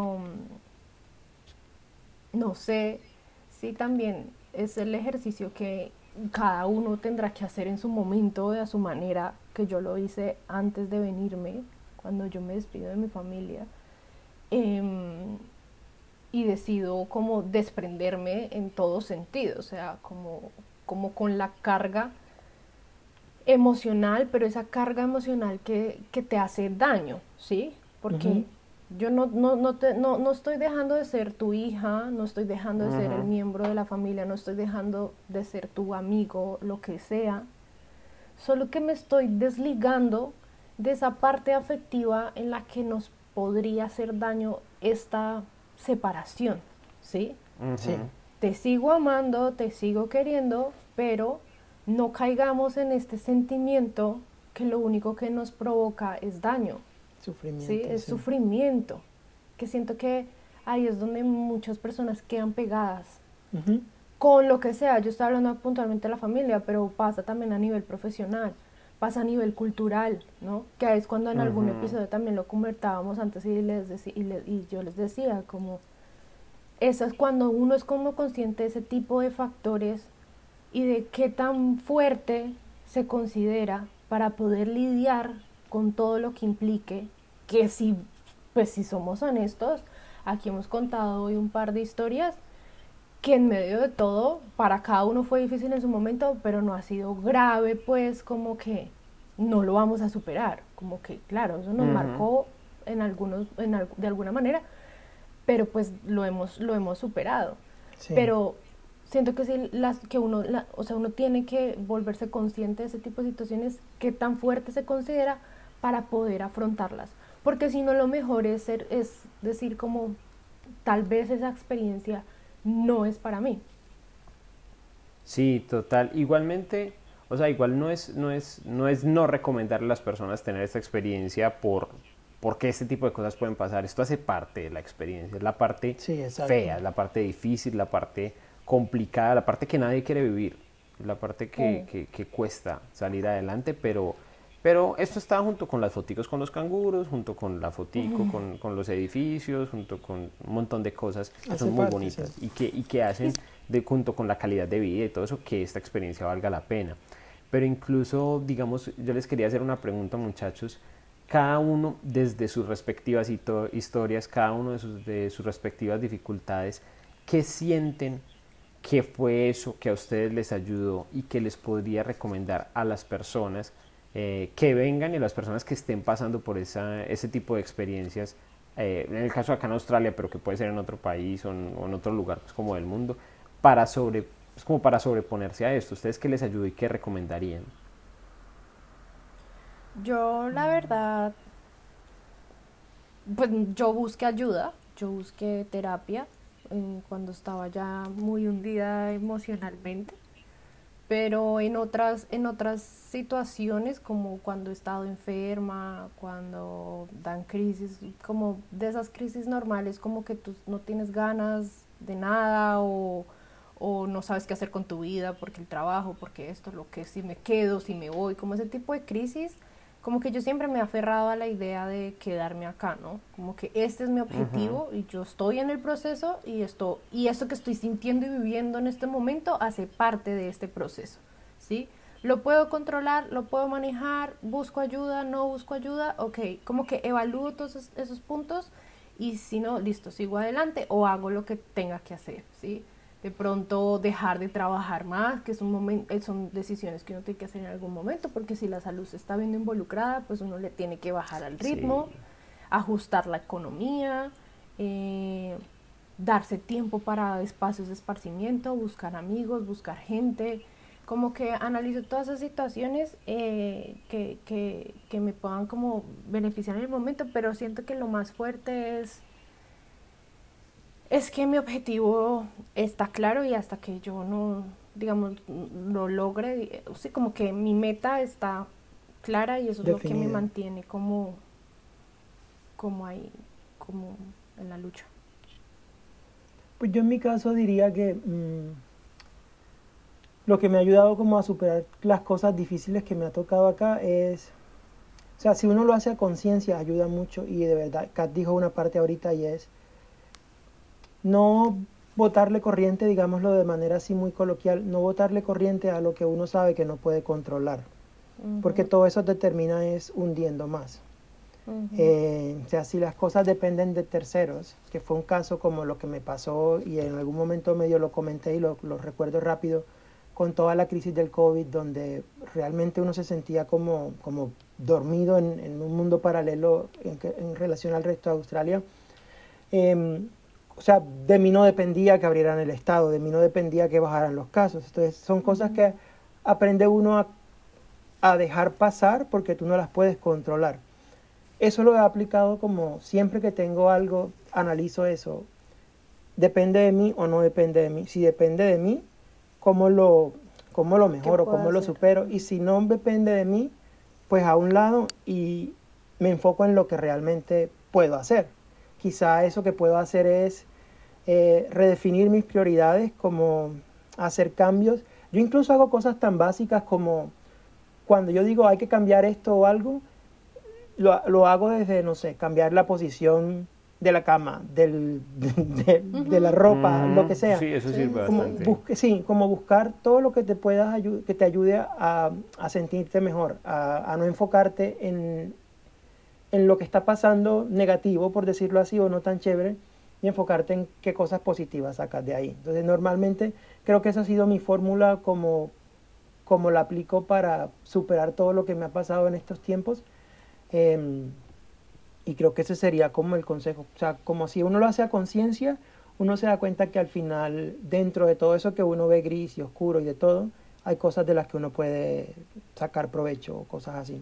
no sé si también es el ejercicio que cada uno tendrá que hacer en su momento, a su manera, que yo lo hice antes de venirme, cuando yo me despido de mi familia, y decido como desprenderme en todo sentido, o sea, como con la carga emocional, pero esa carga emocional que te hace daño, ¿sí? Porque yo no estoy dejando de ser tu hija, no estoy dejando de ser el miembro de la familia, no estoy dejando de ser tu amigo, lo que sea, solo que me estoy desligando de esa parte afectiva en la que nos podría hacer daño esta separación, ¿sí? Sí. Te sigo amando, te sigo queriendo, pero no caigamos en este sentimiento que lo único que nos provoca es daño. Sufrimiento. ¿Sí? Es sufrimiento, que siento que ahí es donde muchas personas quedan pegadas con lo que sea. Yo estoy hablando puntualmente de la familia, pero pasa también a nivel profesional, pasa a nivel cultural, ¿no? Que es cuando en algún episodio también lo comentábamos antes y yo les decía como eso es cuando uno es como consciente de ese tipo de factores y de qué tan fuerte se considera para poder lidiar con todo lo que implique, que si somos honestos, aquí hemos contado hoy un par de historias que en medio de todo, para cada uno fue difícil en su momento, pero no ha sido grave, pues como que no lo vamos a superar, como que claro, eso nos marcó de alguna manera, pero pues lo hemos superado. Sí. Pero siento que si uno tiene que volverse consciente de ese tipo de situaciones, qué tan fuerte se considera para poder afrontarlas, porque si no, lo mejor es decir como tal vez esa experiencia no es para mí. Sí, total. Igualmente, o sea, igual no es no recomendarle a las personas tener esta experiencia porque este tipo de cosas pueden pasar. Esto hace parte de la experiencia, es la parte fea, es la parte difícil, la parte complicada, la parte que nadie quiere vivir, la parte que cuesta salir adelante, pero esto está junto con las foticos con los canguros, junto con la fotico con los edificios, junto con un montón de cosas que son muy bonitas, sí. y que hacen junto con la calidad de vida y todo eso, que esta experiencia valga la pena. Pero incluso, digamos, yo les quería hacer una pregunta, muchachos, cada uno desde sus respectivas historias, cada uno de sus respectivas dificultades, ¿qué sienten que fue eso que a ustedes les ayudó y que les podría recomendar a las personas que vengan y a las personas que estén pasando por ese tipo de experiencias, en el caso de acá en Australia, pero que puede ser en otro país o en otro lugar pues, como del mundo, para sobreponerse a esto? ¿Ustedes qué les ayudó y qué recomendarían? Yo, la verdad, pues yo busqué ayuda, yo busqué terapia cuando estaba ya muy hundida emocionalmente. pero en otras situaciones, como cuando he estado enferma, cuando dan crisis, como de esas crisis normales, como que tú no tienes ganas de nada o no sabes qué hacer con tu vida porque el trabajo, porque esto, lo que si me quedo, si me voy, como ese tipo de crisis, como que yo siempre me he aferrado a la idea de quedarme acá, ¿no? Como que este es mi Ujú. objetivo y yo estoy en el proceso y esto que estoy sintiendo y viviendo en este momento hace parte de este proceso, ¿sí? Lo puedo controlar, lo puedo manejar, busco ayuda, no busco ayuda, ok, como que evalúo todos esos puntos y si no, listo, sigo adelante o hago lo que tenga que hacer, ¿sí? De pronto dejar de trabajar más, que es un momento, son decisiones que uno tiene que hacer en algún momento, porque si la salud se está viendo involucrada, pues uno le tiene que bajar al ritmo, Sí, ajustar la economía, eh, darse tiempo para espacios de esparcimiento, buscar amigos, buscar gente, como que analizo todas esas situaciones que me puedan como beneficiar en el momento, pero siento que lo más fuerte es que mi objetivo está claro y hasta que yo no, digamos, lo logre, sí, como que mi meta está clara y eso es lo que me definida. mantiene como ahí, como en la lucha. Pues yo en mi caso diría que lo que me ha ayudado como a superar las cosas difíciles que me ha tocado acá es, o sea, si uno lo hace a conciencia ayuda mucho y de verdad, Kat dijo una parte ahorita y es no botarle corriente, digámoslo de manera así muy coloquial, no botarle corriente a lo que uno sabe que no puede controlar, porque Ujú, todo eso te termina es hundiendo más. ujú, O sea, si las cosas dependen de terceros, que fue un caso como lo que me pasó y en algún momento medio lo comenté y lo recuerdo rápido, con toda la crisis del COVID, donde realmente uno se sentía como dormido en un mundo paralelo en relación al resto de Australia. Eh, o sea, de mí no dependía que abrieran el Estado, de mí no dependía que bajaran los casos. Entonces, son cosas ujú. que aprende uno a dejar pasar porque tú no las puedes controlar. Eso lo he aplicado como siempre que tengo algo, analizo eso. ¿Depende de mí o no depende de mí? Si depende de mí, ¿cómo lo, cómo lo ¿Qué mejoro? puedo ¿Cómo lo hacer? supero? Y si no depende de mí, pues a un lado y me enfoco en lo que realmente puedo hacer. Quizá eso que puedo hacer es redefinir mis prioridades, como hacer cambios. Yo incluso hago cosas tan básicas como cuando yo digo hay que cambiar esto o algo, lo hago desde, no sé, cambiar la posición de la cama, de la Ujú. ropa, lo Ujú. que sea. Sí, eso Sí, sirve sí, Como, sí. bastante. sí, como buscar todo lo que te que te ayude a sentirte mejor, a no enfocarte en lo que está pasando negativo, por decirlo así, o no tan chévere, y enfocarte en qué cosas positivas sacas de ahí. Entonces, normalmente creo que esa ha sido mi fórmula como la aplico para superar todo lo que me ha pasado en estos tiempos. Eh, y creo que ese sería como el consejo. O sea, como si uno lo hace a conciencia, uno se da cuenta que al final, dentro de todo eso que uno ve gris y oscuro y de todo, hay cosas de las que uno puede sacar provecho o cosas así.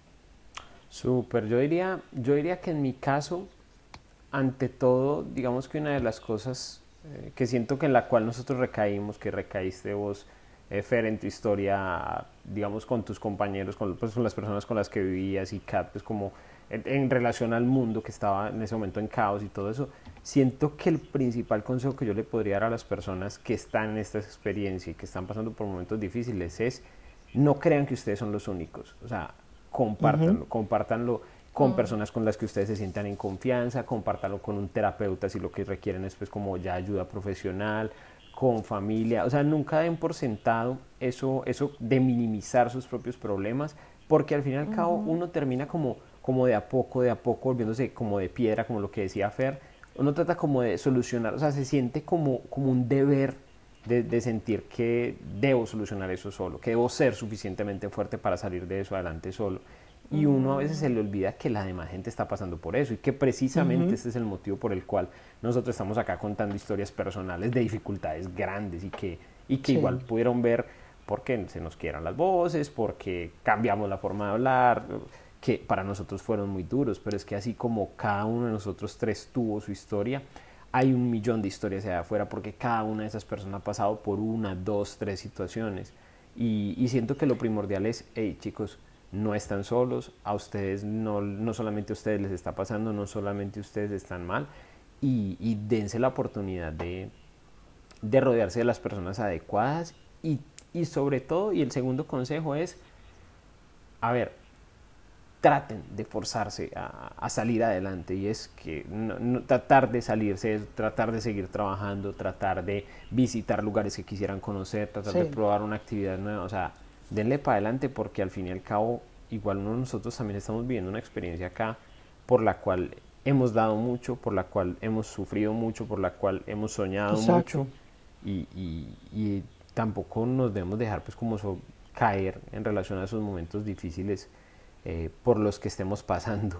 Súper, yo diría que en mi caso, ante todo, digamos que una de las cosas que siento que en la cual nosotros recaímos, que recaíste vos, Fer, en tu historia, digamos, con tus compañeros, pues, con las personas con las que vivías y Kat, pues como en relación al mundo que estaba en ese momento en caos y todo eso, siento que el principal consejo que yo le podría dar a las personas que están en esta experiencia y que están pasando por momentos difíciles es no crean que ustedes son los únicos. O sea, Ujú. compártanlo con Mm, personas con las que ustedes se sientan en confianza, compártanlo con un terapeuta si lo que requieren es pues como ya ayuda profesional, con familia, o sea, nunca den por sentado eso de minimizar sus propios problemas, porque al fin y al cabo ujú. uno termina como de a poco, volviéndose como de piedra, como lo que decía Fer, uno trata como de solucionar, o sea, se siente como un deber de sentir que debo solucionar eso solo, que debo ser suficientemente fuerte para salir de eso adelante solo. Y uno a veces se Mm, le olvida que la demás gente está pasando por eso y que precisamente Ujú. este es el motivo por el cual nosotros estamos acá contando historias personales de dificultades grandes y que igual Sí. pudieron ver porque se nos quieran las voces, porque cambiamos la forma de hablar, que para nosotros fueron muy duros, pero es que así como cada uno de nosotros tres tuvo su historia, hay un millón de historias allá afuera porque cada una de esas personas ha pasado por una, dos, tres situaciones. Y siento que lo primordial es, hey chicos, no están solos, a ustedes no solamente a ustedes les está pasando, no solamente ustedes están mal, y dense la oportunidad de rodearse de las personas adecuadas y sobre todo, y el segundo consejo es, a ver, traten de forzarse a salir adelante, y es que tratar de salirse, tratar de seguir trabajando, tratar de visitar lugares que quisieran conocer, tratar de probar una actividad nueva, o sea, denle para adelante porque al fin y al cabo igual nosotros también estamos viviendo una experiencia acá por la cual hemos dado mucho, por la cual hemos sufrido mucho, por la cual hemos soñado mucho y tampoco nos debemos dejar pues como caer en relación a esos momentos difíciles por los que estemos pasando.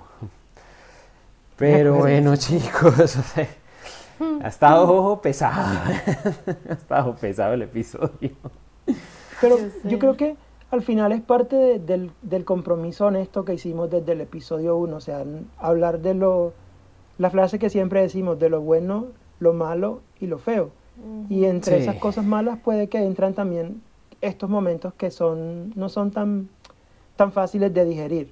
Pero bueno, chicos, ha estado pesado. Ha estado pesado el episodio. Pero yo creo que al final es parte del compromiso honesto que hicimos desde el episodio 1. O sea, hablar de la frase que siempre decimos, de lo bueno, lo malo y lo feo. Y entre esas cosas malas puede que entran también estos momentos que no son tan fáciles de digerir.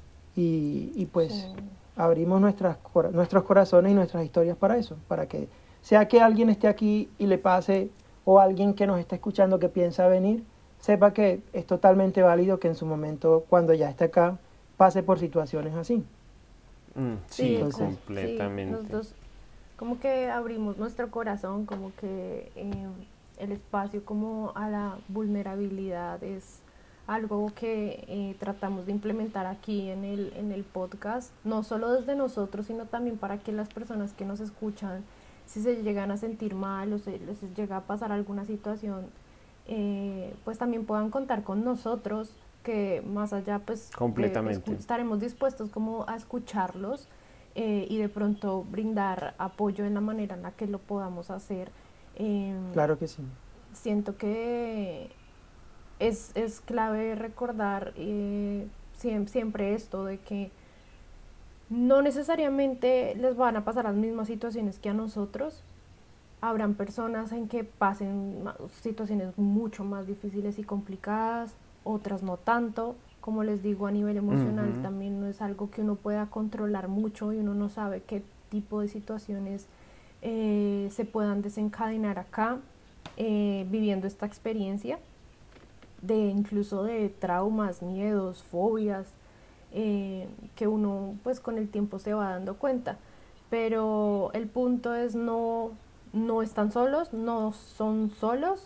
Y pues abrimos nuestros corazones y nuestras historias para eso, para que sea que alguien esté aquí y le pase, o alguien que nos esté escuchando que piensa venir, sepa que es totalmente válido que en su momento, cuando ya esté acá, pase por situaciones así. Sí, entonces, completamente. Sí, nosotros como que abrimos nuestro corazón, como que el espacio como a la vulnerabilidad es algo que tratamos de implementar aquí en el podcast, no solo desde nosotros, sino también para que las personas que nos escuchan, si se llegan a sentir mal o les llega a pasar alguna situación, pues también puedan contar con nosotros, que más allá pues estaremos dispuestos como a escucharlos y de pronto brindar apoyo en la manera en la que lo podamos hacer. Claro que sí. Siento que es clave recordar siempre esto de que no necesariamente les van a pasar las mismas situaciones que a nosotros. Habrán personas en que pasen situaciones mucho más difíciles y complicadas, otras no tanto. Como les digo, a nivel emocional también no es algo que uno pueda controlar mucho, y uno no sabe qué tipo de situaciones se puedan desencadenar acá viviendo esta experiencia, incluso de traumas, miedos, fobias, que uno pues con el tiempo se va dando cuenta. Pero el punto es no están solos, no son solos,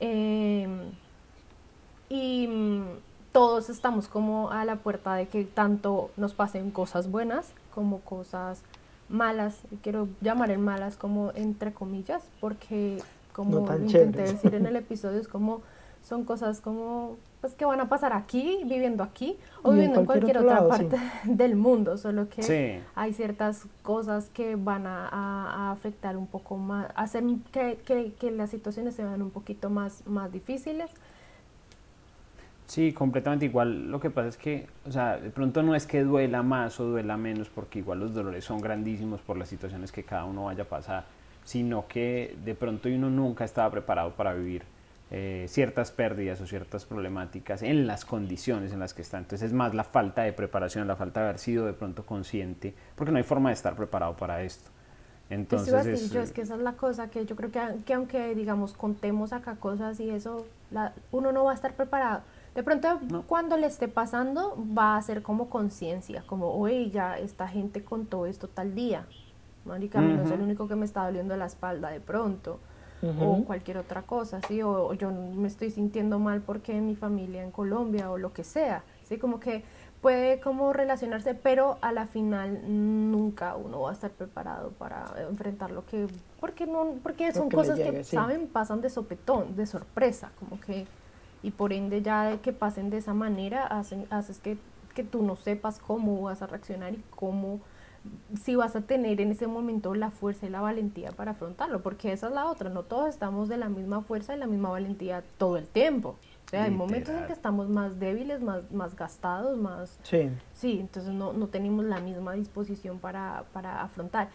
y todos estamos como a la puerta de que tanto nos pasen cosas buenas como cosas malas. Quiero llamar en malas como entre comillas, porque como lo intenté decir en el episodio, es como son cosas como pues que van a pasar aquí, viviendo aquí o viviendo en cualquier otra parte del mundo, solo que hay ciertas cosas que van a afectar un poco más, hacer que las situaciones se vean un poquito más difíciles. Sí, completamente igual. Lo que pasa es que, o sea, de pronto no es que duela más o duela menos, porque igual los dolores son grandísimos por las situaciones que cada uno vaya a pasar, sino que de pronto uno nunca estaba preparado para vivir ciertas pérdidas o ciertas problemáticas en las condiciones en las que está. Entonces es más la falta de preparación, la falta de haber sido de pronto consciente, porque no hay forma de estar preparado para esto. Entonces es que esa es la cosa, que yo creo que aunque digamos contemos acá cosas y eso, uno no va a estar preparado. De pronto cuando le esté pasando va a ser como conciencia, como oye, ya esta gente contó esto tal día, marica, a mí no es el único que me está doliendo la espalda de pronto, o cualquier otra cosa, ¿sí? O yo me estoy sintiendo mal porque mi familia en Colombia o lo que sea, ¿sí? Como que puede como relacionarse, pero a la final nunca uno va a estar preparado para enfrentar lo que, porque son cosas que saben, pasan de sopetón, de sorpresa, como que, y por ende ya de que pasen de esa manera haces que tú no sepas cómo vas a reaccionar y cómo, si vas a tener en ese momento la fuerza y la valentía para afrontarlo, porque esa es la otra, no todos estamos de la misma fuerza y la misma valentía todo el tiempo. O sea, hay momentos en que estamos más débiles, más gastados, más... Sí. Sí, entonces no tenemos la misma disposición para afrontar.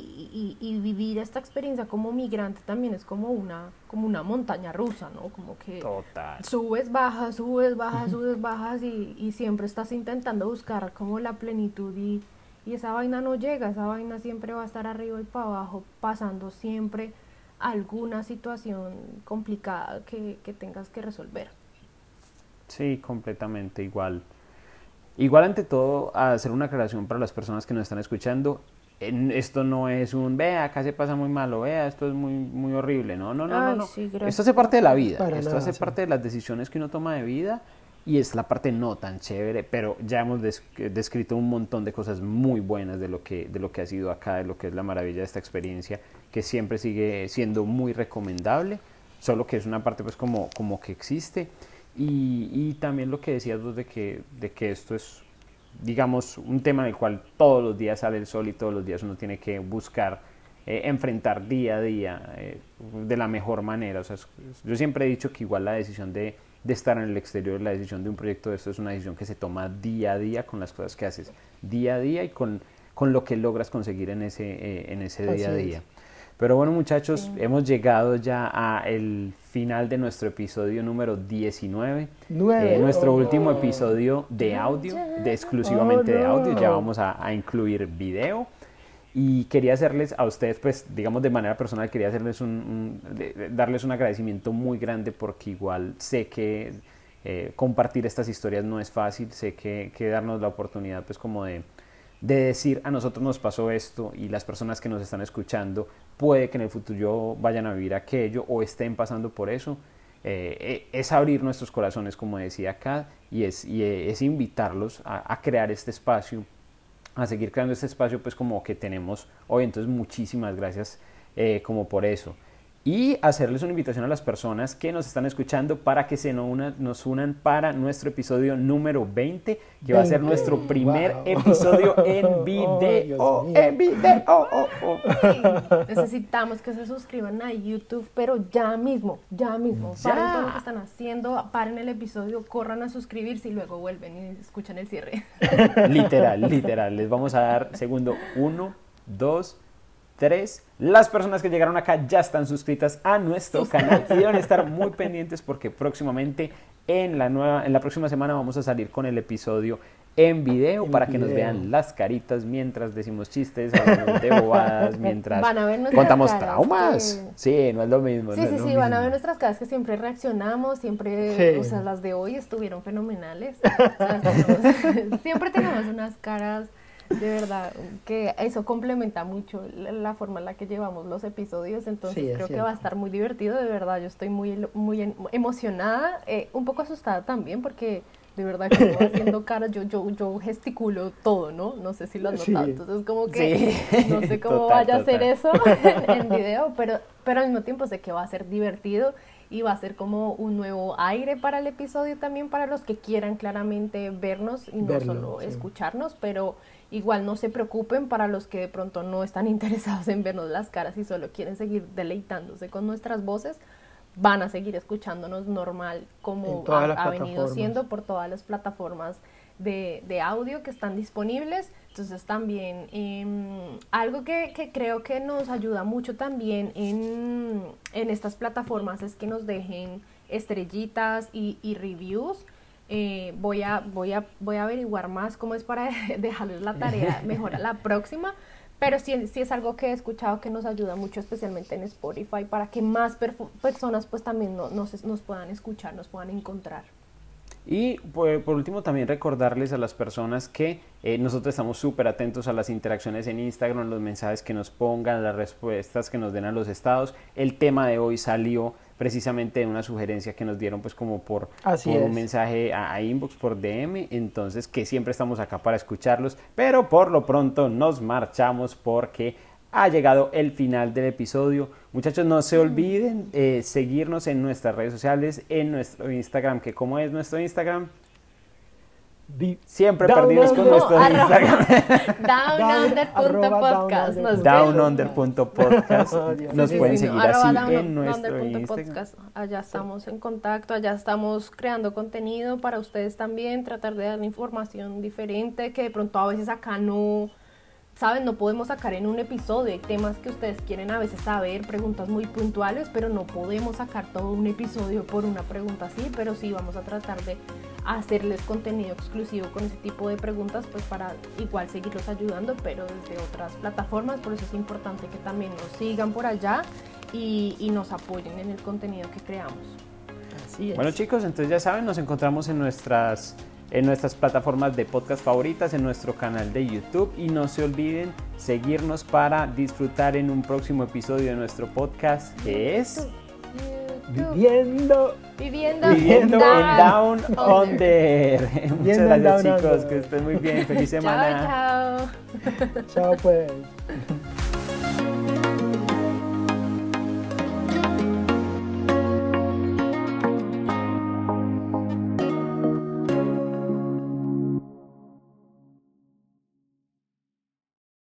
Y vivir esta experiencia como migrante también es como una montaña rusa, ¿no? Como que Total. subes, bajas, subes, bajas, subes, bajas y siempre estás intentando buscar como la plenitud y esa vaina no llega, esa vaina siempre va a estar arriba y para abajo, pasando siempre alguna situación complicada que tengas que resolver. Sí, completamente igual. Igual ante todo, a hacer una aclaración para las personas que nos están escuchando, esto no es un, vea, acá se pasa muy malo, vea, esto es muy, muy horrible, no. Ay, sí, Esto hace parte de la vida, Para esto nada, hace sí. parte de las decisiones que uno toma de vida y es la parte no tan chévere, pero ya hemos descrito un montón de cosas muy buenas de lo que ha sido acá, de lo que es la maravilla de esta experiencia, que siempre sigue siendo muy recomendable, solo que es una parte pues como que existe. Y también lo que decías vos de que esto es, digamos, un tema en el cual todos los días sale el sol y todos los días uno tiene que buscar enfrentar día a día de la mejor manera. O sea, yo siempre he dicho que igual la decisión de estar en el exterior, la decisión de un proyecto de esto es una decisión que se toma día a día con las cosas que haces día a día y con lo que logras conseguir en ese día a día. Pero bueno, muchachos, sí, hemos llegado ya al final de nuestro episodio número 19. Nuestro último episodio de audio, exclusivamente de audio. Ya vamos a incluir video. Y quería hacerles a ustedes, pues, digamos de manera personal, quería hacerles darles un agradecimiento muy grande porque igual sé que compartir estas historias no es fácil. Sé que darnos la oportunidad, pues, como de decir a nosotros nos pasó esto y las personas que nos están escuchando puede que en el futuro vayan a vivir aquello o estén pasando por eso, es abrir nuestros corazones, como decía acá, y es invitarlos a crear este espacio, a seguir creando este espacio pues como que tenemos hoy. Entonces muchísimas gracias como por eso. Y hacerles una invitación a las personas que nos están escuchando para que nos unan para nuestro episodio número 20, que va a ser nuestro primer episodio en video. En video. Necesitamos que se suscriban a YouTube, pero ya mismo. Paren todo lo que están haciendo, paren el episodio, corran a suscribirse y luego vuelven y escuchan el cierre. Literal. Les vamos a dar segundo 1, 2, 3. Las personas que llegaron acá ya están suscritas a nuestro canal y deben estar muy pendientes porque próximamente en la próxima semana vamos a salir con el episodio en video para que nos vean las caritas mientras decimos chistes, hablamos de bobadas, mientras contamos traumas. Sí, no es lo mismo. Sí, van a ver nuestras caras que siempre reaccionamos, siempre, o sea, las de hoy estuvieron fenomenales. O sea, siempre tenemos unas caras. De verdad, que eso complementa mucho la forma en la que llevamos los episodios, entonces creo que va a estar muy divertido, de verdad, yo estoy muy emocionada, un poco asustada también, porque de verdad que voy haciendo caras, yo gesticulo todo, ¿no? No sé si lo has notado, entonces como que no sé cómo vaya a ser eso en video, pero al mismo tiempo sé que va a ser divertido y va a ser como un nuevo aire para el episodio también, para los que quieran claramente vernos y no solo escucharnos, pero igual no se preocupen para los que de pronto no están interesados en vernos las caras y solo quieren seguir deleitándose con nuestras voces, van a seguir escuchándonos normal como ha venido siendo por todas las plataformas de audio que están disponibles. Entonces también algo que creo que nos ayuda mucho también en estas plataformas es que nos dejen estrellitas y reviews. Voy a averiguar más cómo es para dejarles la tarea mejor a la próxima, pero sí es algo que he escuchado que nos ayuda mucho, especialmente en Spotify, para que más personas pues también nos puedan escuchar, nos puedan encontrar. Y por último también recordarles a las personas que nosotros estamos súper atentos a las interacciones en Instagram, los mensajes que nos pongan, las respuestas que nos den a los estados. El tema de hoy salió precisamente de una sugerencia que nos dieron pues como por un mensaje a inbox, por DM, entonces que siempre estamos acá para escucharlos, pero por lo pronto nos marchamos porque ha llegado el final del episodio. Muchachos, no se olviden seguirnos en nuestras redes sociales, en nuestro Instagram, que ¿cómo es nuestro Instagram? Siempre perdidos con nuestro Instagram. Downunder.podcast. Downunder.podcast. Nos pueden seguir así en nuestro Instagram. Allá estamos en contacto, allá estamos creando contenido para ustedes también, tratar de dar información diferente que de pronto a veces acá no... ¿Saben? No podemos sacar en un episodio, hay temas que ustedes quieren a veces saber, preguntas muy puntuales, pero no podemos sacar todo un episodio por una pregunta así, pero sí vamos a tratar de hacerles contenido exclusivo con ese tipo de preguntas, pues para igual seguirlos ayudando, pero desde otras plataformas. Por eso es importante que también nos sigan por allá y nos apoyen en el contenido que creamos. Así es. Bueno, chicos, entonces ya saben, nos encontramos en nuestras plataformas de podcast favoritas, en nuestro canal de YouTube, y no se olviden seguirnos para disfrutar en un próximo episodio de nuestro podcast, que es Viviendo en Down Under. Muchas gracias, chicos, que estén muy bien, feliz semana. Chao, chao. Chao pues.